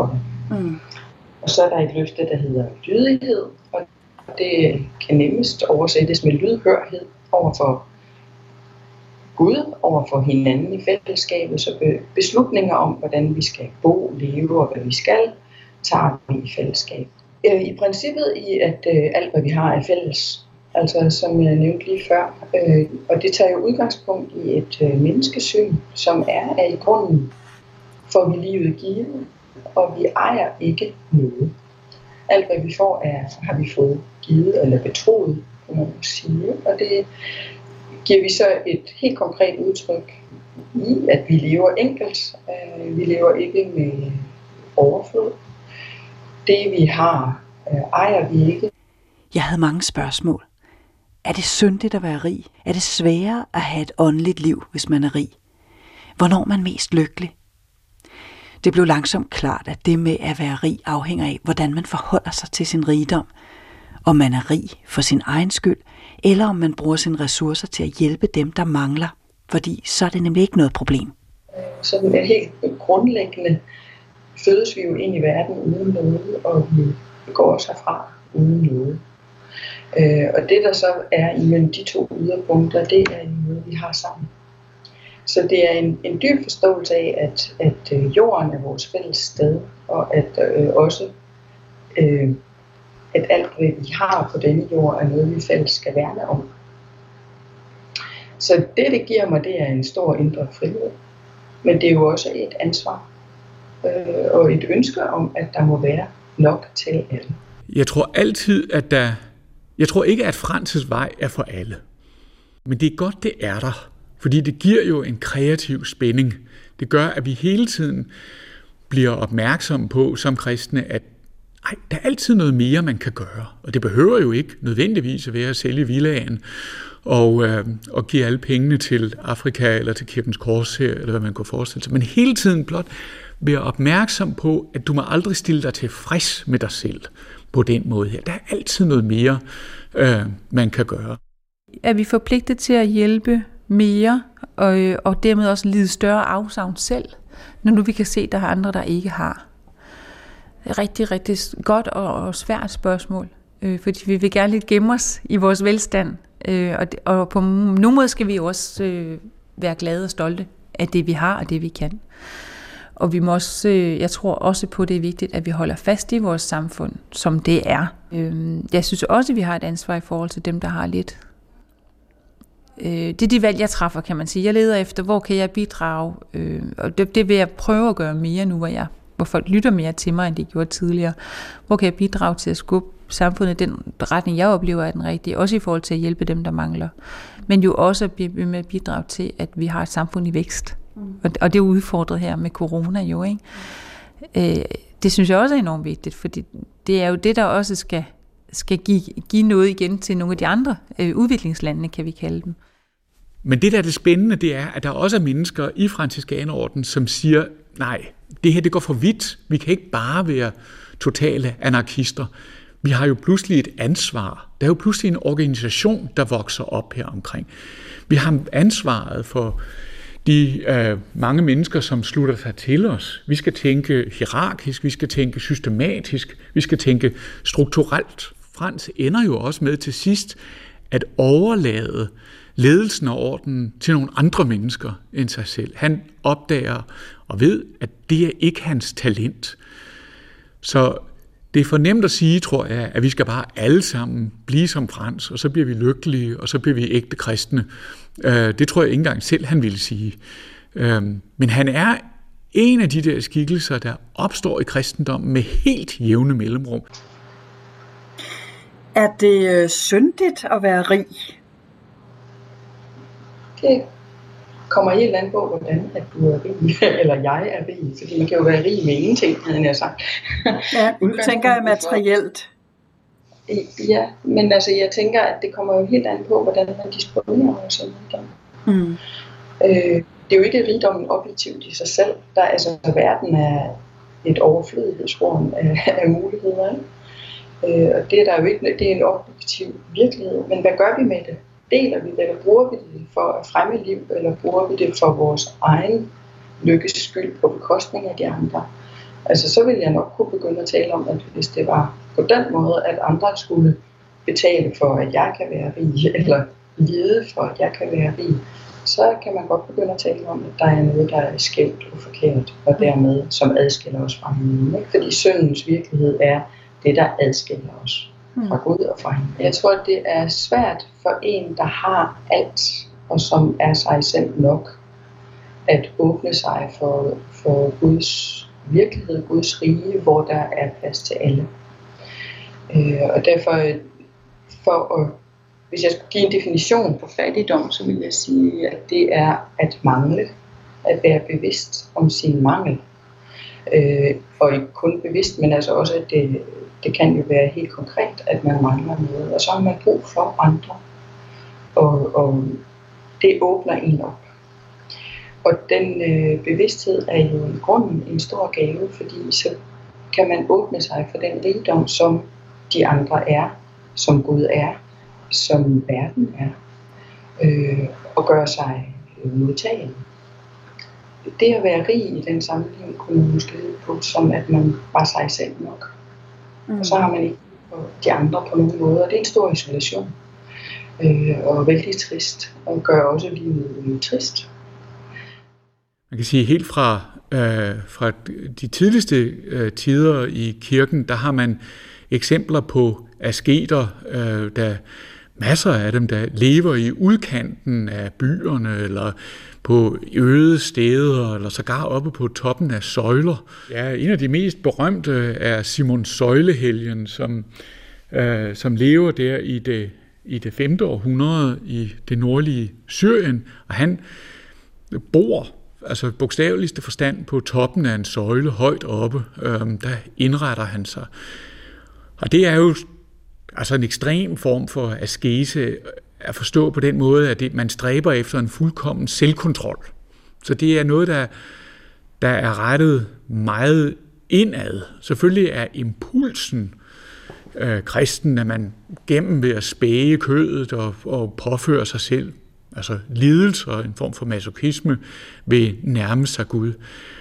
Mm. Og så er der et løfte, der hedder lydighed, og det kan nemmest oversættes med lydhørhed over for Gud, over for hinanden i fællesskabet, så beslutninger om, hvordan vi skal bo, leve og hvad vi skal, tager vi i fællesskab. I princippet i, at alt, hvad vi har, er fælles. Altså, som jeg nævnte lige før. Øh, og det tager jo udgangspunkt i et øh, menneskesyn, som er, at i grunden får vi livet givet, og vi ejer ikke noget. Alt, hvad vi får, er, har vi fået givet eller betroet, kan man sige. Og det giver vi så et helt konkret udtryk i, at vi lever enkelt. Øh, vi lever ikke med overflod. Det, vi har, øh, ejer vi ikke. Jeg havde mange spørgsmål. Er det syndigt at være rig? Er det sværere at have et åndeligt liv, hvis man er rig? Hvornår er man mest lykkelig? Det blev langsomt klart, at det med at være rig afhænger af, hvordan man forholder sig til sin rigdom. Om man er rig for sin egen skyld, eller om man bruger sine ressourcer til at hjælpe dem, der mangler. Fordi så er det nemlig ikke noget problem. Sådan er helt grundlæggende fødes vi jo ind i verden uden noget, og vi går også herfra uden noget. Øh, og det der så er imellem de to yderpunkter, det er noget, vi har sammen. Så det er en, en dyb forståelse af, at, at øh, jorden er vores fælles sted, og at øh, også øh, at alt, hvad vi har på denne jord, er noget, vi fælles skal værne om. Så det, det giver mig, det er en stor indre frihed. Men det er jo også et ansvar øh, og et ønske om, at der må være nok til alle. Jeg tror altid, at der... Jeg tror ikke, at Frans' vej er for alle. Men det er godt, det er der. Fordi det giver jo en kreativ spænding. Det gør, at vi hele tiden bliver opmærksomme på som kristne, at ej, der er altid noget mere, man kan gøre. Og det behøver jo ikke nødvendigvis at være at sælge villaen og, øh, og give alle pengene til Afrika eller til Kirkens Korshær, eller hvad man kunne forestille sig. Men hele tiden blot være opmærksom på, at du må aldrig stille dig tilfreds med dig selv på den måde her. Der er altid noget mere, øh, man kan gøre. Er vi forpligtet til at hjælpe mere, og, og dermed også lide større afsavn selv, når nu vi kan se, at der er andre, der ikke har? Rigtig, rigtig godt og, og svært spørgsmål, øh, fordi vi vil gerne lidt gemme os i vores velstand, øh, og, og på nogen måde skal vi også øh, være glade og stolte af det, vi har og det, vi kan. Og vi må også, øh, jeg tror også på, det er vigtigt, at vi holder fast i vores samfund, som det er. Øh, jeg synes også, at vi har et ansvar i forhold til dem, der har lidt. Øh, det er de valg, jeg træffer, kan man sige. Jeg leder efter, hvor kan jeg bidrage, øh, og det, det vil jeg prøve at gøre mere nu, hvor jeg hvor folk lytter mere til mig, end de gjorde tidligere. Hvor kan jeg bidrage til at skubbe samfundet i den retning, jeg oplever er den rigtige, også i forhold til at hjælpe dem, der mangler. Men jo også at blive med at bidrage til, at vi har et samfund i vækst. Mm. Og det er udfordret her med corona jo, ikke? Øh, det synes jeg også er enormt vigtigt, fordi det er jo det, der også skal, skal give, give noget igen til nogle af de andre øh, udviklingslandene, kan vi kalde dem. Men det, der er det spændende, det er, at der også er mennesker i Franciskanerordenen, som siger, nej, det her det går for vidt. Vi kan ikke bare være totale anarkister. Vi har jo pludselig et ansvar. Der er jo pludselig en organisation, der vokser op her omkring. Vi har ansvaret for de øh, mange mennesker, som slutter sig til os. Vi skal tænke hierarkisk, vi skal tænke systematisk, vi skal tænke strukturelt. Frans ender jo også med til sidst at overlade ledelsen af ordenen til nogle andre mennesker end sig selv. Han opdager og ved, at det er ikke hans talent. Så det er for nemt at sige, tror jeg, at vi skal bare alle sammen blive som Frans, og så bliver vi lykkelige, og så bliver vi ægte kristne. Det tror jeg ikke engang selv, han ville sige. Men han er en af de der skikkelser, der opstår i kristendommen med helt jævne mellemrum. Er det syndigt at være rig? Det kommer helt an på, hvordan at du er rig, eller jeg er rig. Fordi man kan jo være rig med ingenting, havde jeg sagt. Ja, du tænker jeg materielt. Ja, men altså jeg tænker, at det kommer jo helt an på, hvordan man disponerer over sin rigdom. Mm. Øh, det er jo ikke rigdommen objektivt i sig selv. Der, altså, verden er et overflødighedsrum af, af muligheder. Øh, og det er der jo ikke, det er en objektiv virkelighed. Men hvad gør vi med det? Deler vi det, eller bruger vi det for at fremme liv, eller bruger vi det for vores egen lykkes skyld på bekostning af de andre? Altså så ville jeg nok kunne begynde at tale om, at hvis det var på den måde, at andre skulle betale for, at jeg kan være rig, eller lide for, at jeg kan være rig, så kan man godt begynde at tale om, at der er noget, der er skævt og forkert, og dermed som adskiller os fra hinanden. Ikke? Fordi syndens virkelighed er det, der adskiller os fra Gud og fra hinanden. Jeg tror, at det er svært for en, der har alt, og som er sig selv nok, at åbne sig for, for Guds virkelighed, Guds rige, hvor der er plads til alle. Øh, og derfor, for at, hvis jeg skulle give en definition på fattigdom, så vil jeg sige, at det er at mangle, at være bevidst om sin mangel. Øh, og ikke kun bevidst, men altså også, at det, det kan jo være helt konkret, at man mangler noget, og så har man brug for andre. Og, og det åbner en op. Og den øh, bevidsthed er jo i grunden en stor gave, fordi så kan man åbne sig for den rigdom, som de andre er, som Gud er, som verden er, øh, og gøre sig øh, modtagelig. Det at være rig i den sammenhæng kunne man måske lide på, som at man var sig selv nok. Mm. Og så har man ikke de andre på nogen måde, og det er en stor isolation. Øh, og vældig trist, og gør også livet trist. Man kan sige, helt fra, øh, fra de tidligste øh, tider i kirken, der har man eksempler på asketer, øh, der masser af dem, der lever i udkanten af byerne, eller på øde steder, eller sågar oppe på toppen af søjler. Ja, en af de mest berømte er Simon Søjlehelgen, som, øh, som lever der i det, i det femte århundrede i det nordlige Syrien, og han bor altså bogstaveligste forstand på toppen af en søjle højt oppe. Øhm, der indretter han sig. Og det er jo altså en ekstrem form for askese at forstå på den måde, at det, man stræber efter en fuldkommen selvkontrol. Så det er noget, der, der er rettet meget indad. Selvfølgelig er impulsen øh, kristen, at man gennem ved at spæge kødet og, og påføre sig selv altså lidelse og en form for masochisme vil nærme sig Gud.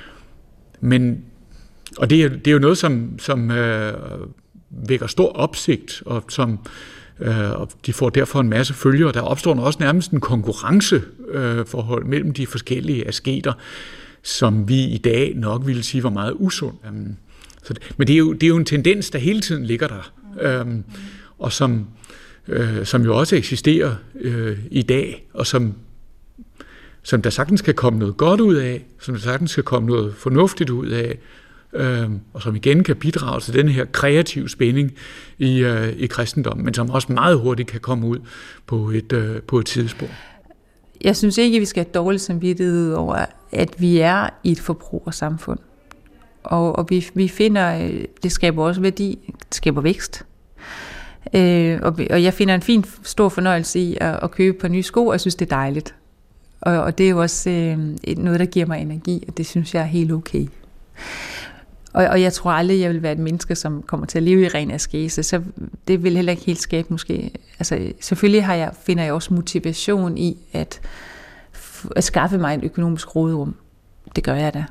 Men, og det er, det er jo noget, som, som øh, vækker stor opsigt, og som øh, og de får derfor en masse følgere. Der opstår også nærmest en konkurrenceforhold øh, mellem de forskellige asketer, som vi i dag nok ville sige var meget usund. Um, så det, men det er, jo, det er jo en tendens, der hele tiden ligger der, um, og som Øh, som jo også eksisterer øh, i dag, og som, som der sagtens kan komme noget godt ud af, som der sagtens kan komme noget fornuftigt ud af, øh, og som igen kan bidrage til den her kreative spænding i, øh, i kristendommen, men som også meget hurtigt kan komme ud på et, øh, på et tidsspor. Jeg synes ikke, at vi skal have dårlig samvittighed over, at vi er i et forbrugersamfund. Og, og vi, vi finder, det skaber også værdi, det skaber vækst. Øh, og, og jeg finder en fin, stor fornøjelse i at, at købe på nye sko, og jeg synes, det er dejligt. Og, og det er jo også øh, noget, der giver mig energi, og det synes jeg er helt okay. Og, og jeg tror aldrig, jeg vil være et menneske, som kommer til at leve i ren askese, så det vil heller ikke helt skabe måske. Altså, selvfølgelig har jeg, finder jeg også motivation i at, at skaffe mig en økonomisk råderum. Det gør jeg da.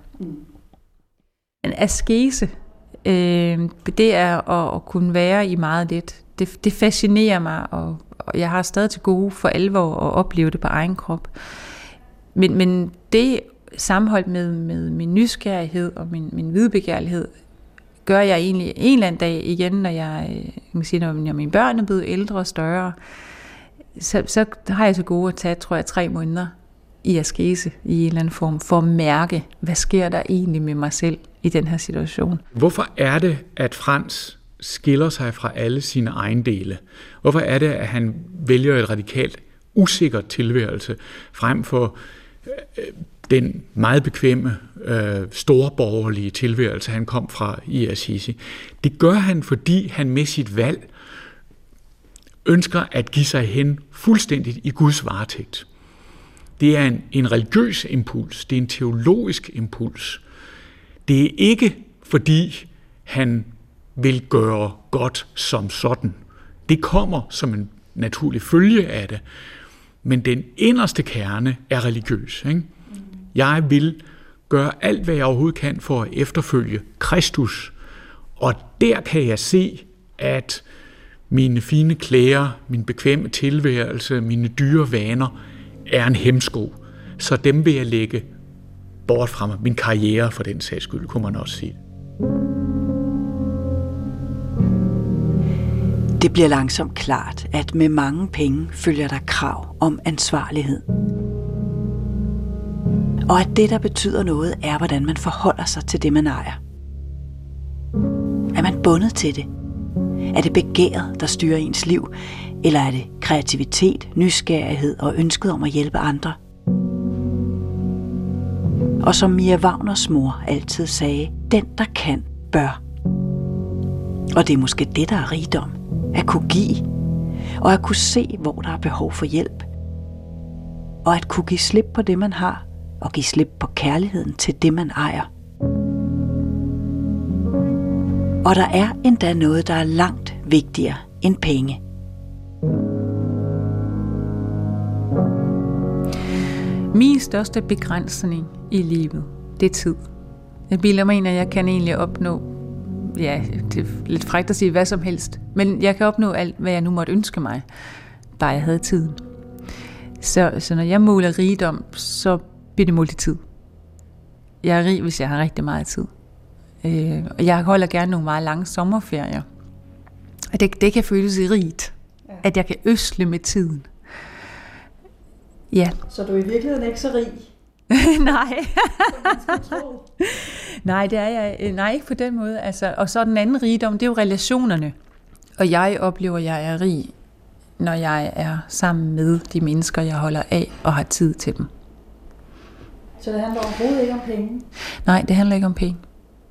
En askese, øh, det er at, at kunne være i meget lidt. Det, det fascinerer mig, og, og jeg har stadig til gode for alvor at opleve det på egen krop. Men, men det sammenholdt med, med min nysgerrighed og min, min videbegærlighed, gør jeg egentlig en eller anden dag igen, når jeg, kan sige, når mine børn er blevet ældre og større, så, så har jeg til gode at tage, tror jeg, tre måneder i askese i en eller anden form, for at mærke, hvad sker der egentlig med mig selv i den her situation. Hvorfor er det, at Frans skiller sig fra alle sine ejendele? Hvorfor er det, at han vælger et radikalt usikkert tilværelse frem for øh, den meget bekvemme, øh, storborgerlige tilværelse, han kom fra i Assisi? Det gør han, fordi han med sit valg ønsker at give sig hen fuldstændigt i Guds varetægt. Det er en, en religiøs impuls, det er en teologisk impuls. Det er ikke, fordi han vil gøre godt som sådan. Det kommer som en naturlig følge af det. Men den inderste kerne er religiøs. Ikke? Jeg vil gøre alt, hvad jeg overhovedet kan for at efterfølge Kristus. Og der kan jeg se, at mine fine klæder, min bekvemme tilværelse, mine dyre vaner er en hæmsko. Så dem vil jeg lægge bort fra mig. Min karriere for den sags skyld, kunne man også sige. Det bliver langsomt klart, at med mange penge følger der krav om ansvarlighed. Og at det, der betyder noget, er, hvordan man forholder sig til det, man ejer. Er man bundet til det? Er det begæret, der styrer ens liv? Eller er det kreativitet, nysgerrighed og ønsket om at hjælpe andre? Og som Mia Wagners mor altid sagde, den der kan, bør. Og det er måske det, der er rigdom. At kunne give. Og at kunne se, hvor der er behov for hjælp. Og at kunne give slip på det, man har. Og give slip på kærligheden til det, man ejer. Og der er endda noget, der er langt vigtigere end penge. Min største begrænsning i livet, det er tid. Jeg bilder mig ind, at jeg kan egentlig opnå, ja, det er lidt frækt at sige hvad som helst, men jeg kan opnå alt, hvad jeg nu måtte ønske mig, bare jeg havde tiden. Så, så når jeg måler rigdom, så bliver det målt i tid. Jeg er rig, hvis jeg har rigtig meget tid. Øh, og jeg holder gerne nogle meget lange sommerferier. Og det, det kan føles rigt, ja. At jeg kan øsle med tiden. Ja. Så du er i virkeligheden ikke så rig? Nej. Nej, det er jeg. Nej, ikke på den måde. Altså, og så den anden rigdom, det er jo relationerne. Og jeg oplever, at jeg er rig, når jeg er sammen med de mennesker, jeg holder af og har tid til dem. Så det handler overhovedet ikke om penge? Nej, det handler ikke om penge.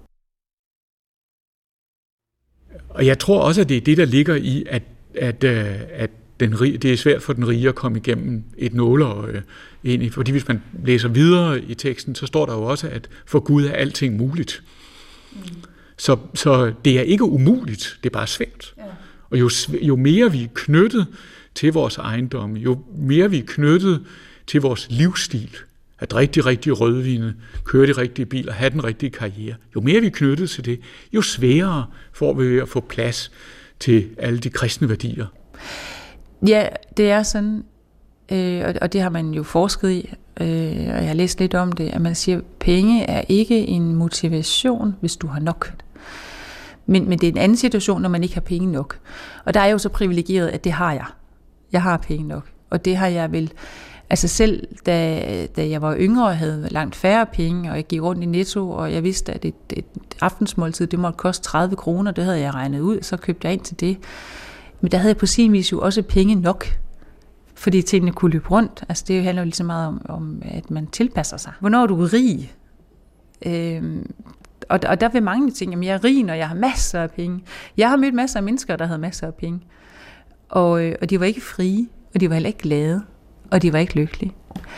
Og jeg tror også, at det er det, der ligger i, at, at, at den rige, det er svært for den rige at komme igennem et nåleøje. Fordi hvis man læser videre i teksten, så står der jo også, at for Gud er alting muligt. Mm. Så, så det er ikke umuligt, det er bare svært. Ja. Og jo, jo mere vi er knyttet til vores ejendomme, jo mere vi er knyttet til vores livsstil, at rigtig, rigtig rødvine, køre de rigtige biler, have den rigtige karriere. Jo mere vi er knyttet til det, jo sværere får vi at få plads til alle de kristne værdier. Ja, det er sådan, øh, og det har man jo forsket i, øh, og jeg har læst lidt om det, at man siger, at penge er ikke en motivation, hvis du har nok. Men, men det er en anden situation, når man ikke har penge nok. Og der er jo så privilegeret, at det har jeg. Jeg har penge nok, og det har jeg vel. Altså selv da, da jeg var yngre og havde langt færre penge, og jeg gik rundt i Netto, og jeg vidste, at et, et aftensmåltid, det måtte koste tredive kroner, det havde jeg regnet ud, så købte jeg ind til det. Men der havde jeg på sin vis jo også penge nok, fordi tingene kunne løbe rundt. Altså det handler jo lige så meget om, om at man tilpasser sig. Hvornår er du rig? Øhm, og, og der vil mange ting, at jeg er rig, når jeg har masser af penge. Jeg har mødt masser af mennesker, der havde masser af penge. Og, og de var ikke frie, og de var heller ikke glade. Og de var ikke lykkelige.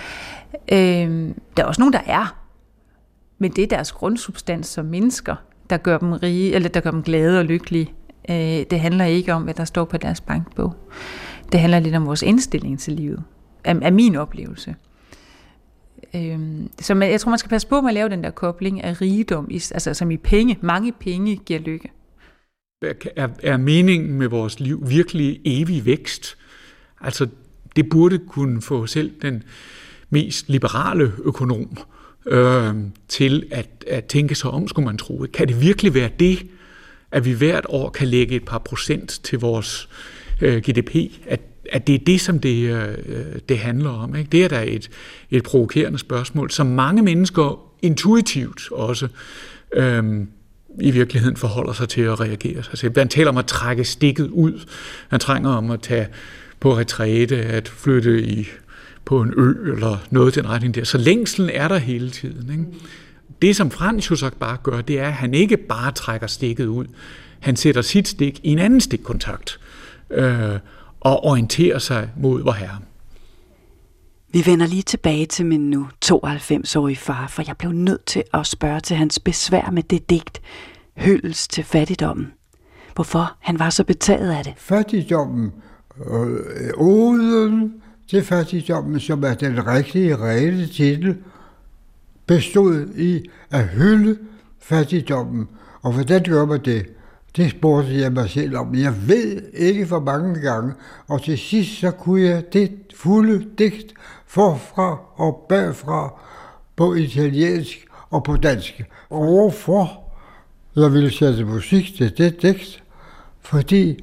Øhm, der er også nogen, der er. Men det er deres grundsubstans som mennesker, der gør dem rige, eller der gør dem glade og lykkelige. Øh, det handler ikke om, hvad der står på deres bankbog. Det handler lidt om vores indstilling til livet. Af, af min oplevelse. Øhm, så man, jeg tror, man skal passe på med at lave den der kobling af rigdom, altså som i penge. Mange penge giver lykke. Er, er meningen med vores liv virkelig evig vækst? Altså det burde kunne få selv den mest liberale økonom øh, til at, at tænke sig om, skulle man tro. Kan det virkelig være det, at vi hvert år kan lægge et par procent til vores øh, G D P? At, at det er det, som det, øh, det handler om. Ikke? Det er da et, et provokerende spørgsmål, som mange mennesker intuitivt også øh, i virkeligheden forholder sig til at reagere sig til. Man taler om at trække stikket ud. Man trænger om at tage på retræte, at flytte i, på en ø eller noget i den retning der. Så længslen er der hele tiden. Ikke? Det, som Frans jo så bare gør, det er, at han ikke bare trækker stikket ud. Han sætter sit stik i en anden stikkontakt øh, og orienterer sig mod vor Herre. Vi vender lige tilbage til min nu tooghalvfems-årige far, for jeg blev nødt til at spørge til hans besvær med det digt, Hyldest til fattigdommen. Hvorfor han var så betaget af det. Fattigdommen, øh, oden til fattigdommen, som er den rigtige, reelle titel, bestod i at hylde fattigdommen. Og hvordan gør man det? Det spurgte jeg mig selv om. Jeg ved ikke for mange gange, og til sidst så kunne jeg det fulde digt forfra og bagfra på italiensk og på dansk. Og hvorfor jeg ville sætte musik til det digt? Fordi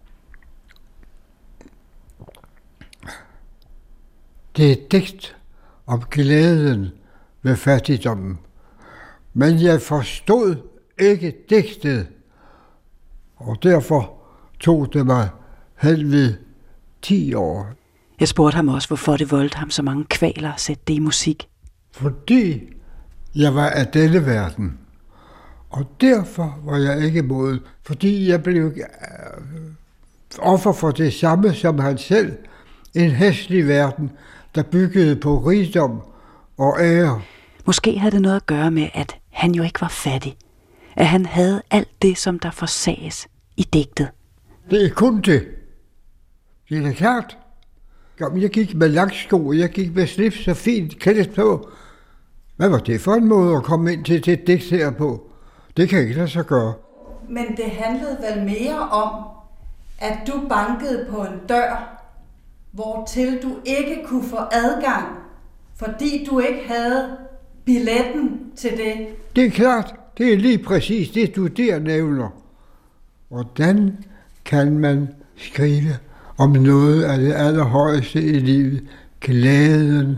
det er et digt om glæden ved fattigdommen. Men jeg forstod ikke digtet, og derfor tog det mig hen ved ti år. Jeg spurgte ham også, hvorfor det voldte ham så mange kvaler at sætte det i musik. Fordi jeg var af denne verden. Og derfor var jeg ikke moden. Fordi jeg blev offer for det samme som han selv. En hæslig verden, der byggede på rigdom og ære. Måske havde det noget at gøre med, at han jo ikke var fattig. At han havde alt det, som der forsages i digtet. Det er kun det. Det er da klart. Jeg gik med langsko, jeg gik med slips og fint klædt på. Hvad var det for en måde at komme ind til det digt her på? Det kan ikke lade sig gøre. Men det handlede vel mere om, at du bankede på en dør, hvortil du ikke kunne få adgang, fordi du ikke havde billetten til det. Det er klart. Det er lige præcis det, du der nævner. Hvordan kan man skrive om noget af det allerhøjeste i livet? Glæden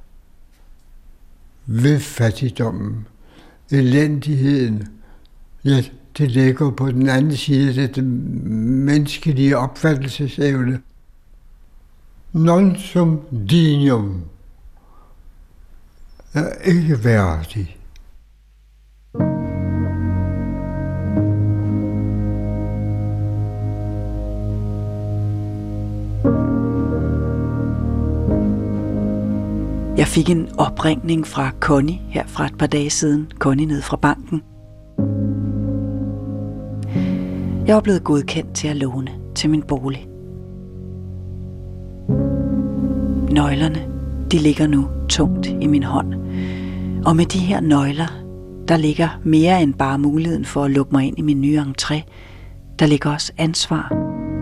ved fattigdommen. Elendigheden. Ja, det ligger på den anden side af det menneskelige opfattelsesevne. Non sum dignum er ikke værdig. Jeg fik en opringning fra Connie her fra et par dage siden. Connie nede fra banken. Jeg var blevet godkendt til at låne til min bolig. Nøglerne, de ligger nu tungt i min hånd. Og med de her nøgler, der ligger mere end bare muligheden for at lukke mig ind i min nye entré. Der ligger også ansvar.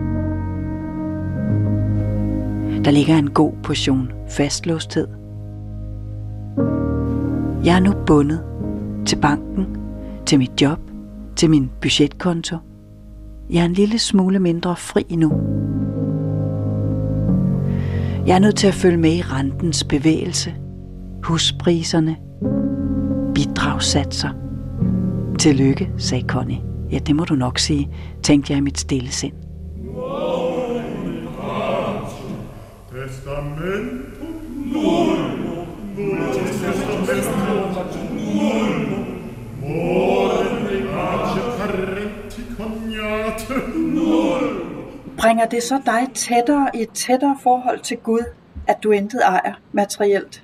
Der ligger en god portion fastlåsthed. Jeg er nu bundet til banken, til mit job, til min budgetkonto. Jeg er en lille smule mindre fri nu. Jeg er nødt til at følge med i rentens bevægelse, huspriserne, bidragssatser. Tillykke, sagde Connie. Ja, det må du nok sige, tænkte jeg i mit stille sind. Bringer det så dig tættere i et tættere forhold til Gud, at du intet ejer materielt?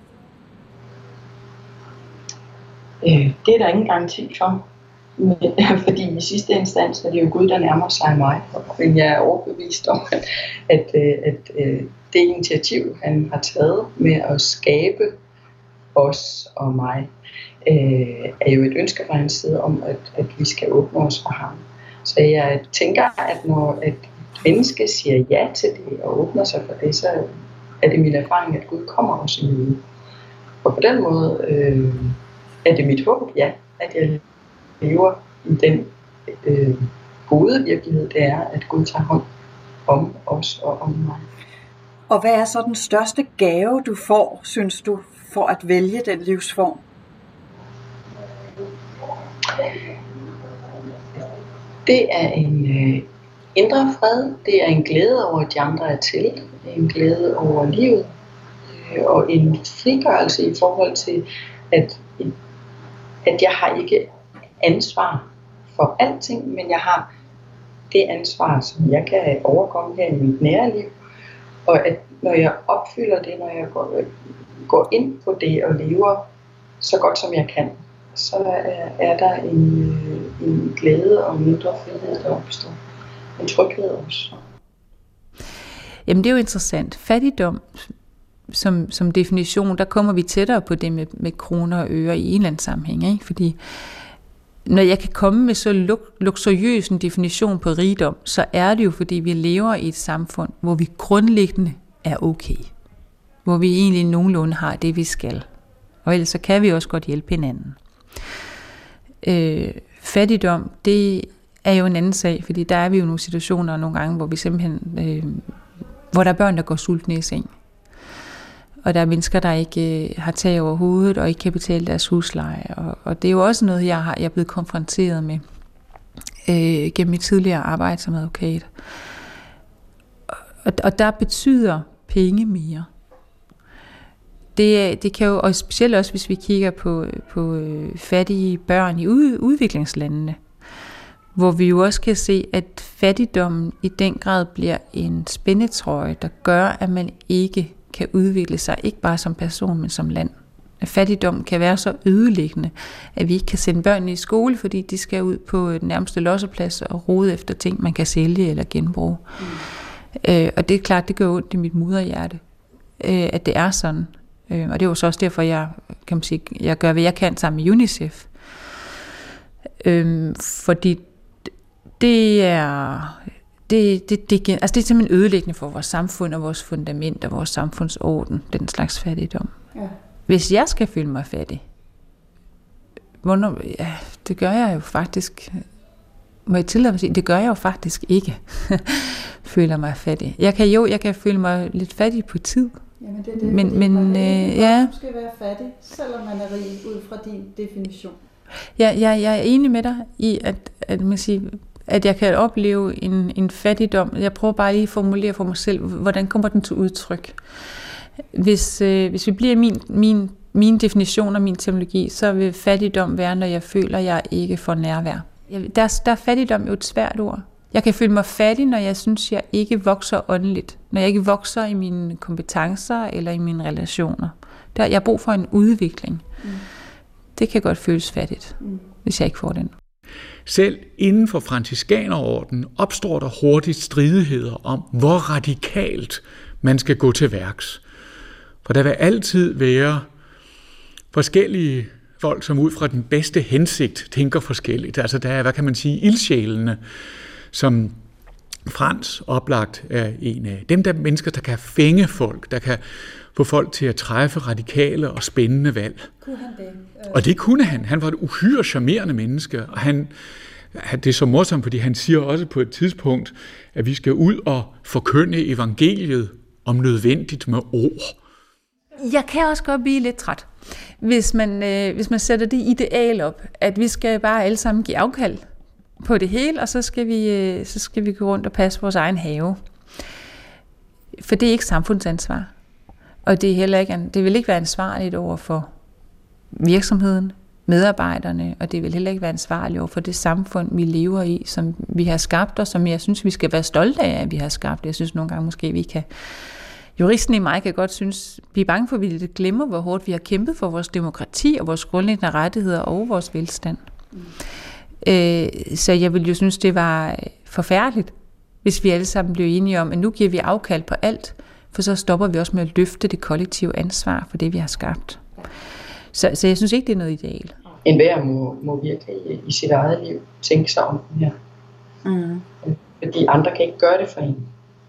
Øh, det er der ingen garanti for. Men, fordi i sidste instans er det jo Gud, der nærmer sig mig. Men jeg er overbevist om, at, at, at, at det initiativ, han har taget med at skabe os og mig, øh, er jo et ønske fra hans side om, at, at vi skal åbne os for ham. Så jeg tænker, at når et menneske siger ja til det og åbner sig for det, så er det min erfaring, at Gud kommer os i møde. Og på den måde øh, er det mit håb, ja, at jeg lever i den øh, gode virkelighed, det er, at Gud tager hånd om os og om mig. Og hvad er så den største gave, du får, synes du, for at vælge den livsform? Det er en øh, indre fred, det er en glæde over, at de andre er til, en glæde over livet, øh, og en frigørelse i forhold til, at, at jeg har ikke ansvar for alting, men jeg har det ansvar, som jeg kan overkomme her i mit nære liv, og at når jeg opfylder det, når jeg går, går ind på det og lever så godt som jeg kan, så er, er der en, en glæde og en mindre frihed, der opstår. En tryghed også. Jamen det er jo interessant. Fattigdom som, som definition, der kommer vi tættere på det med, med kroner og øre i en eller anden sammenhæng. Ikke? Fordi når jeg kan komme med så luk- luksuriøs en definition på rigdom, så er det jo, fordi vi lever i et samfund, hvor vi grundlæggende er okay. Hvor vi egentlig nogenlunde har det, vi skal. Og ellers så kan vi også godt hjælpe hinanden. Øh, fattigdom, det er jo en anden sag, fordi der er vi jo nogle situationer nogle gange, hvor vi simpelthen, øh, hvor der er børn, der går sultne i seng. Og der er mennesker, der ikke øh, har tag over hovedet og ikke kan betale deres husleje. Og, og det er jo også noget, jeg, har, jeg er blevet konfronteret med øh, gennem mit tidligere arbejde som advokat. Og, og der betyder penge mere. Det, det kan jo, og specielt også, hvis vi kigger på, på øh, fattige børn i ud, udviklingslandene, hvor vi jo også kan se, at fattigdommen i den grad bliver en spændetrøje, der gør, at man ikke kan udvikle sig, ikke bare som person, men som land. At fattigdom kan være så ødelæggende, at vi ikke kan sende børnene i skole, fordi de skal ud på den nærmeste losseplads og rode efter ting, man kan sælge eller genbruge. Mm. Øh, og det er klart, det gør ondt i mit moderhjerte, øh, at det er sådan. Øh, og det er jo så også derfor, jeg, kan man sige, jeg gør, hvad jeg kan sammen med UNICEF. Øh, fordi det er... Det, det, det, altså det er simpelthen ødelæggende for vores samfund og vores fundament og vores samfundsorden, den slags fattigdom. Ja. Hvis jeg skal føle mig fattig, hvornår, ja, det gør jeg jo faktisk, må jeg tillade mig at sige, det gør jeg jo faktisk ikke, føler mig fattig. Jeg kan jo, jeg kan føle mig lidt fattig på tid. Jamen det er det, men, men man øh, ja. skal være fattig, selvom man er rig ud fra din definition. Ja, jeg, jeg er enig med dig i, at, at man siger, at jeg kan opleve en, en fattigdom. Jeg prøver bare lige at formulere for mig selv, hvordan kommer den til udtryk. Hvis, øh, hvis vi bliver min, min, min definition og min terminologi, så vil fattigdom være, når jeg føler, at jeg ikke får nærvær. Der, der er fattigdom jo et svært ord. Jeg kan føle mig fattig, når jeg synes, jeg ikke vokser åndeligt. Når jeg ikke vokser i mine kompetencer eller i mine relationer. Der, jeg har brug for en udvikling. Mm. Det kan godt føles fattigt, mm. hvis jeg ikke får den. Selv inden for franciskanerordenen opstår der hurtigt stridigheder om, hvor radikalt man skal gå til værks. For der vil altid være forskellige folk, som ud fra den bedste hensigt tænker forskelligt. Altså der er, hvad kan man sige, ildsjælene, som Frans oplagt er en af dem der mennesker, der kan fænge folk, der kan få folk til at træffe radikale og spændende valg. Kunne han det? Og det kunne han. Han var et uhyre charmerende menneske, og han, det er så morsomt, fordi han siger også på et tidspunkt, at vi skal ud og forkynde evangeliet om nødvendigt med ord. Jeg kan også godt blive lidt træt, hvis man, øh, hvis man sætter det ideal op, at vi skal bare alle sammen give afkald på det hele, og så skal vi, øh, så skal vi gå rundt og passe vores egen have. For det er ikke samfundsansvar. Og det, er heller ikke, det vil ikke være ansvarligt over for virksomheden, medarbejderne, og det vil heller ikke være ansvarligt over for det samfund, vi lever i, som vi har skabt, og som jeg synes, vi skal være stolte af, at vi har skabt. Jeg synes nogle gange måske, vi kan... Juristen i mig kan godt synes, blive bange for, at vi glemmer, hvor hårdt vi har kæmpet for vores demokrati og vores grundlæggende rettigheder og vores velstand. Mm. Øh, så jeg ville jo synes, det var forfærdeligt, hvis vi alle sammen blev enige om, at nu giver vi afkald på alt, for så stopper vi også med at løfte det kollektive ansvar for det, vi har skabt. Så, så jeg synes ikke, det er noget ideal. En hver må, må virkelig i sit eget liv tænke sig om den her. Mm. Fordi andre kan ikke gøre det for en.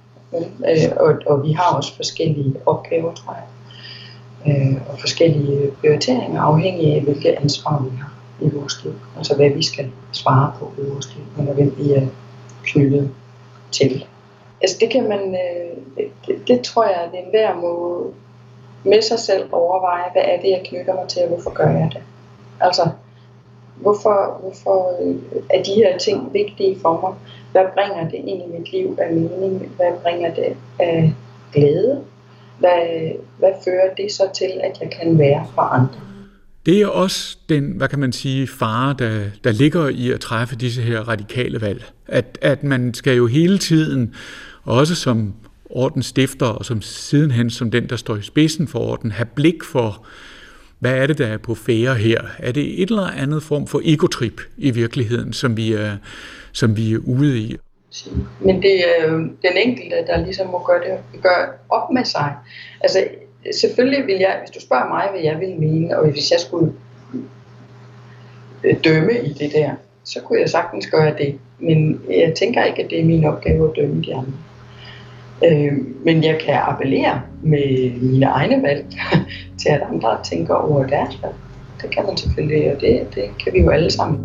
Og, og vi har også forskellige opgaver, tror jeg. Og forskellige prioriteringer afhængig af, hvilket ansvar vi har i vores liv. Altså hvad vi skal svare på i vores liv, eller hvem vi er knyttet til. Altså det kan man, det, det tror jeg, at enhver må med sig selv overveje, hvad er det, jeg knytter mig til, og hvorfor gør jeg det? Altså, hvorfor, hvorfor er de her ting vigtige for mig? Hvad bringer det ind i mit liv af mening? Hvad bringer det af glæde? Hvad, hvad fører det så til, at jeg kan være for andre? Det er også den, hvad kan man sige, fare, der, der ligger i at træffe disse her radikale valg. At, at man skal jo hele tiden, også som ordens stifter og som sidenhen som den, der står i spidsen for orden, have blik for, hvad er det, der er på fære her? Er det et eller andet form for egotrip i virkeligheden, som vi er, som vi er ude i? Men det er jo den enkelte, der ligesom må gøre, det, gøre op med sig. Altså, selvfølgelig vil jeg, hvis du spørger mig, hvad jeg vil mene, og hvis jeg skulle dømme i det der, så kunne jeg sagtens gøre det. Men jeg tænker ikke, at det er min opgave at dømme de andre. Øh, men jeg kan appellere med mine egne valg til, at andre tænker over deres valg. Det kan man selvfølgelig, og det, det kan vi jo alle sammen.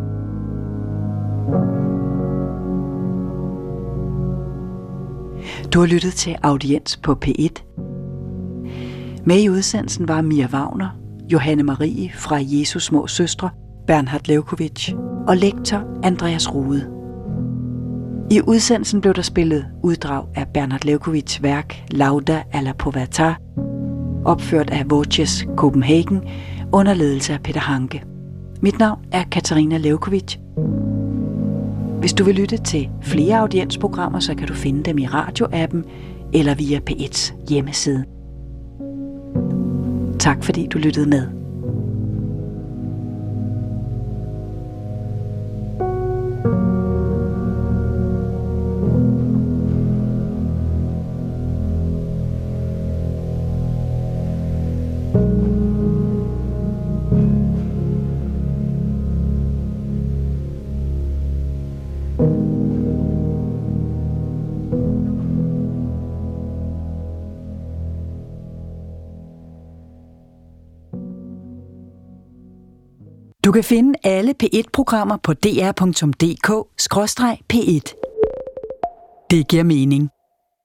Du har lyttet til Audiens på P et. Med i udsendelsen var Mia Wagner, Johanne Marie fra Jesus Små Søstre, Bernhard Levkovich og lektor Andreas Rode. I udsendelsen blev der spillet uddrag af Bernhard Levkovichs værk Lauda alla povertà, opført af Voces Copenhagen under ledelse af Peter Hanke. Mit navn er Katarina Levkovich. Hvis du vil lytte til flere audiensprogrammer, så kan du finde dem i radioappen eller via P et's hjemmeside. Tak fordi du lyttede med. Du kan finde alle P et-programmer på d r punktum d k skråstreg P et. Det giver mening.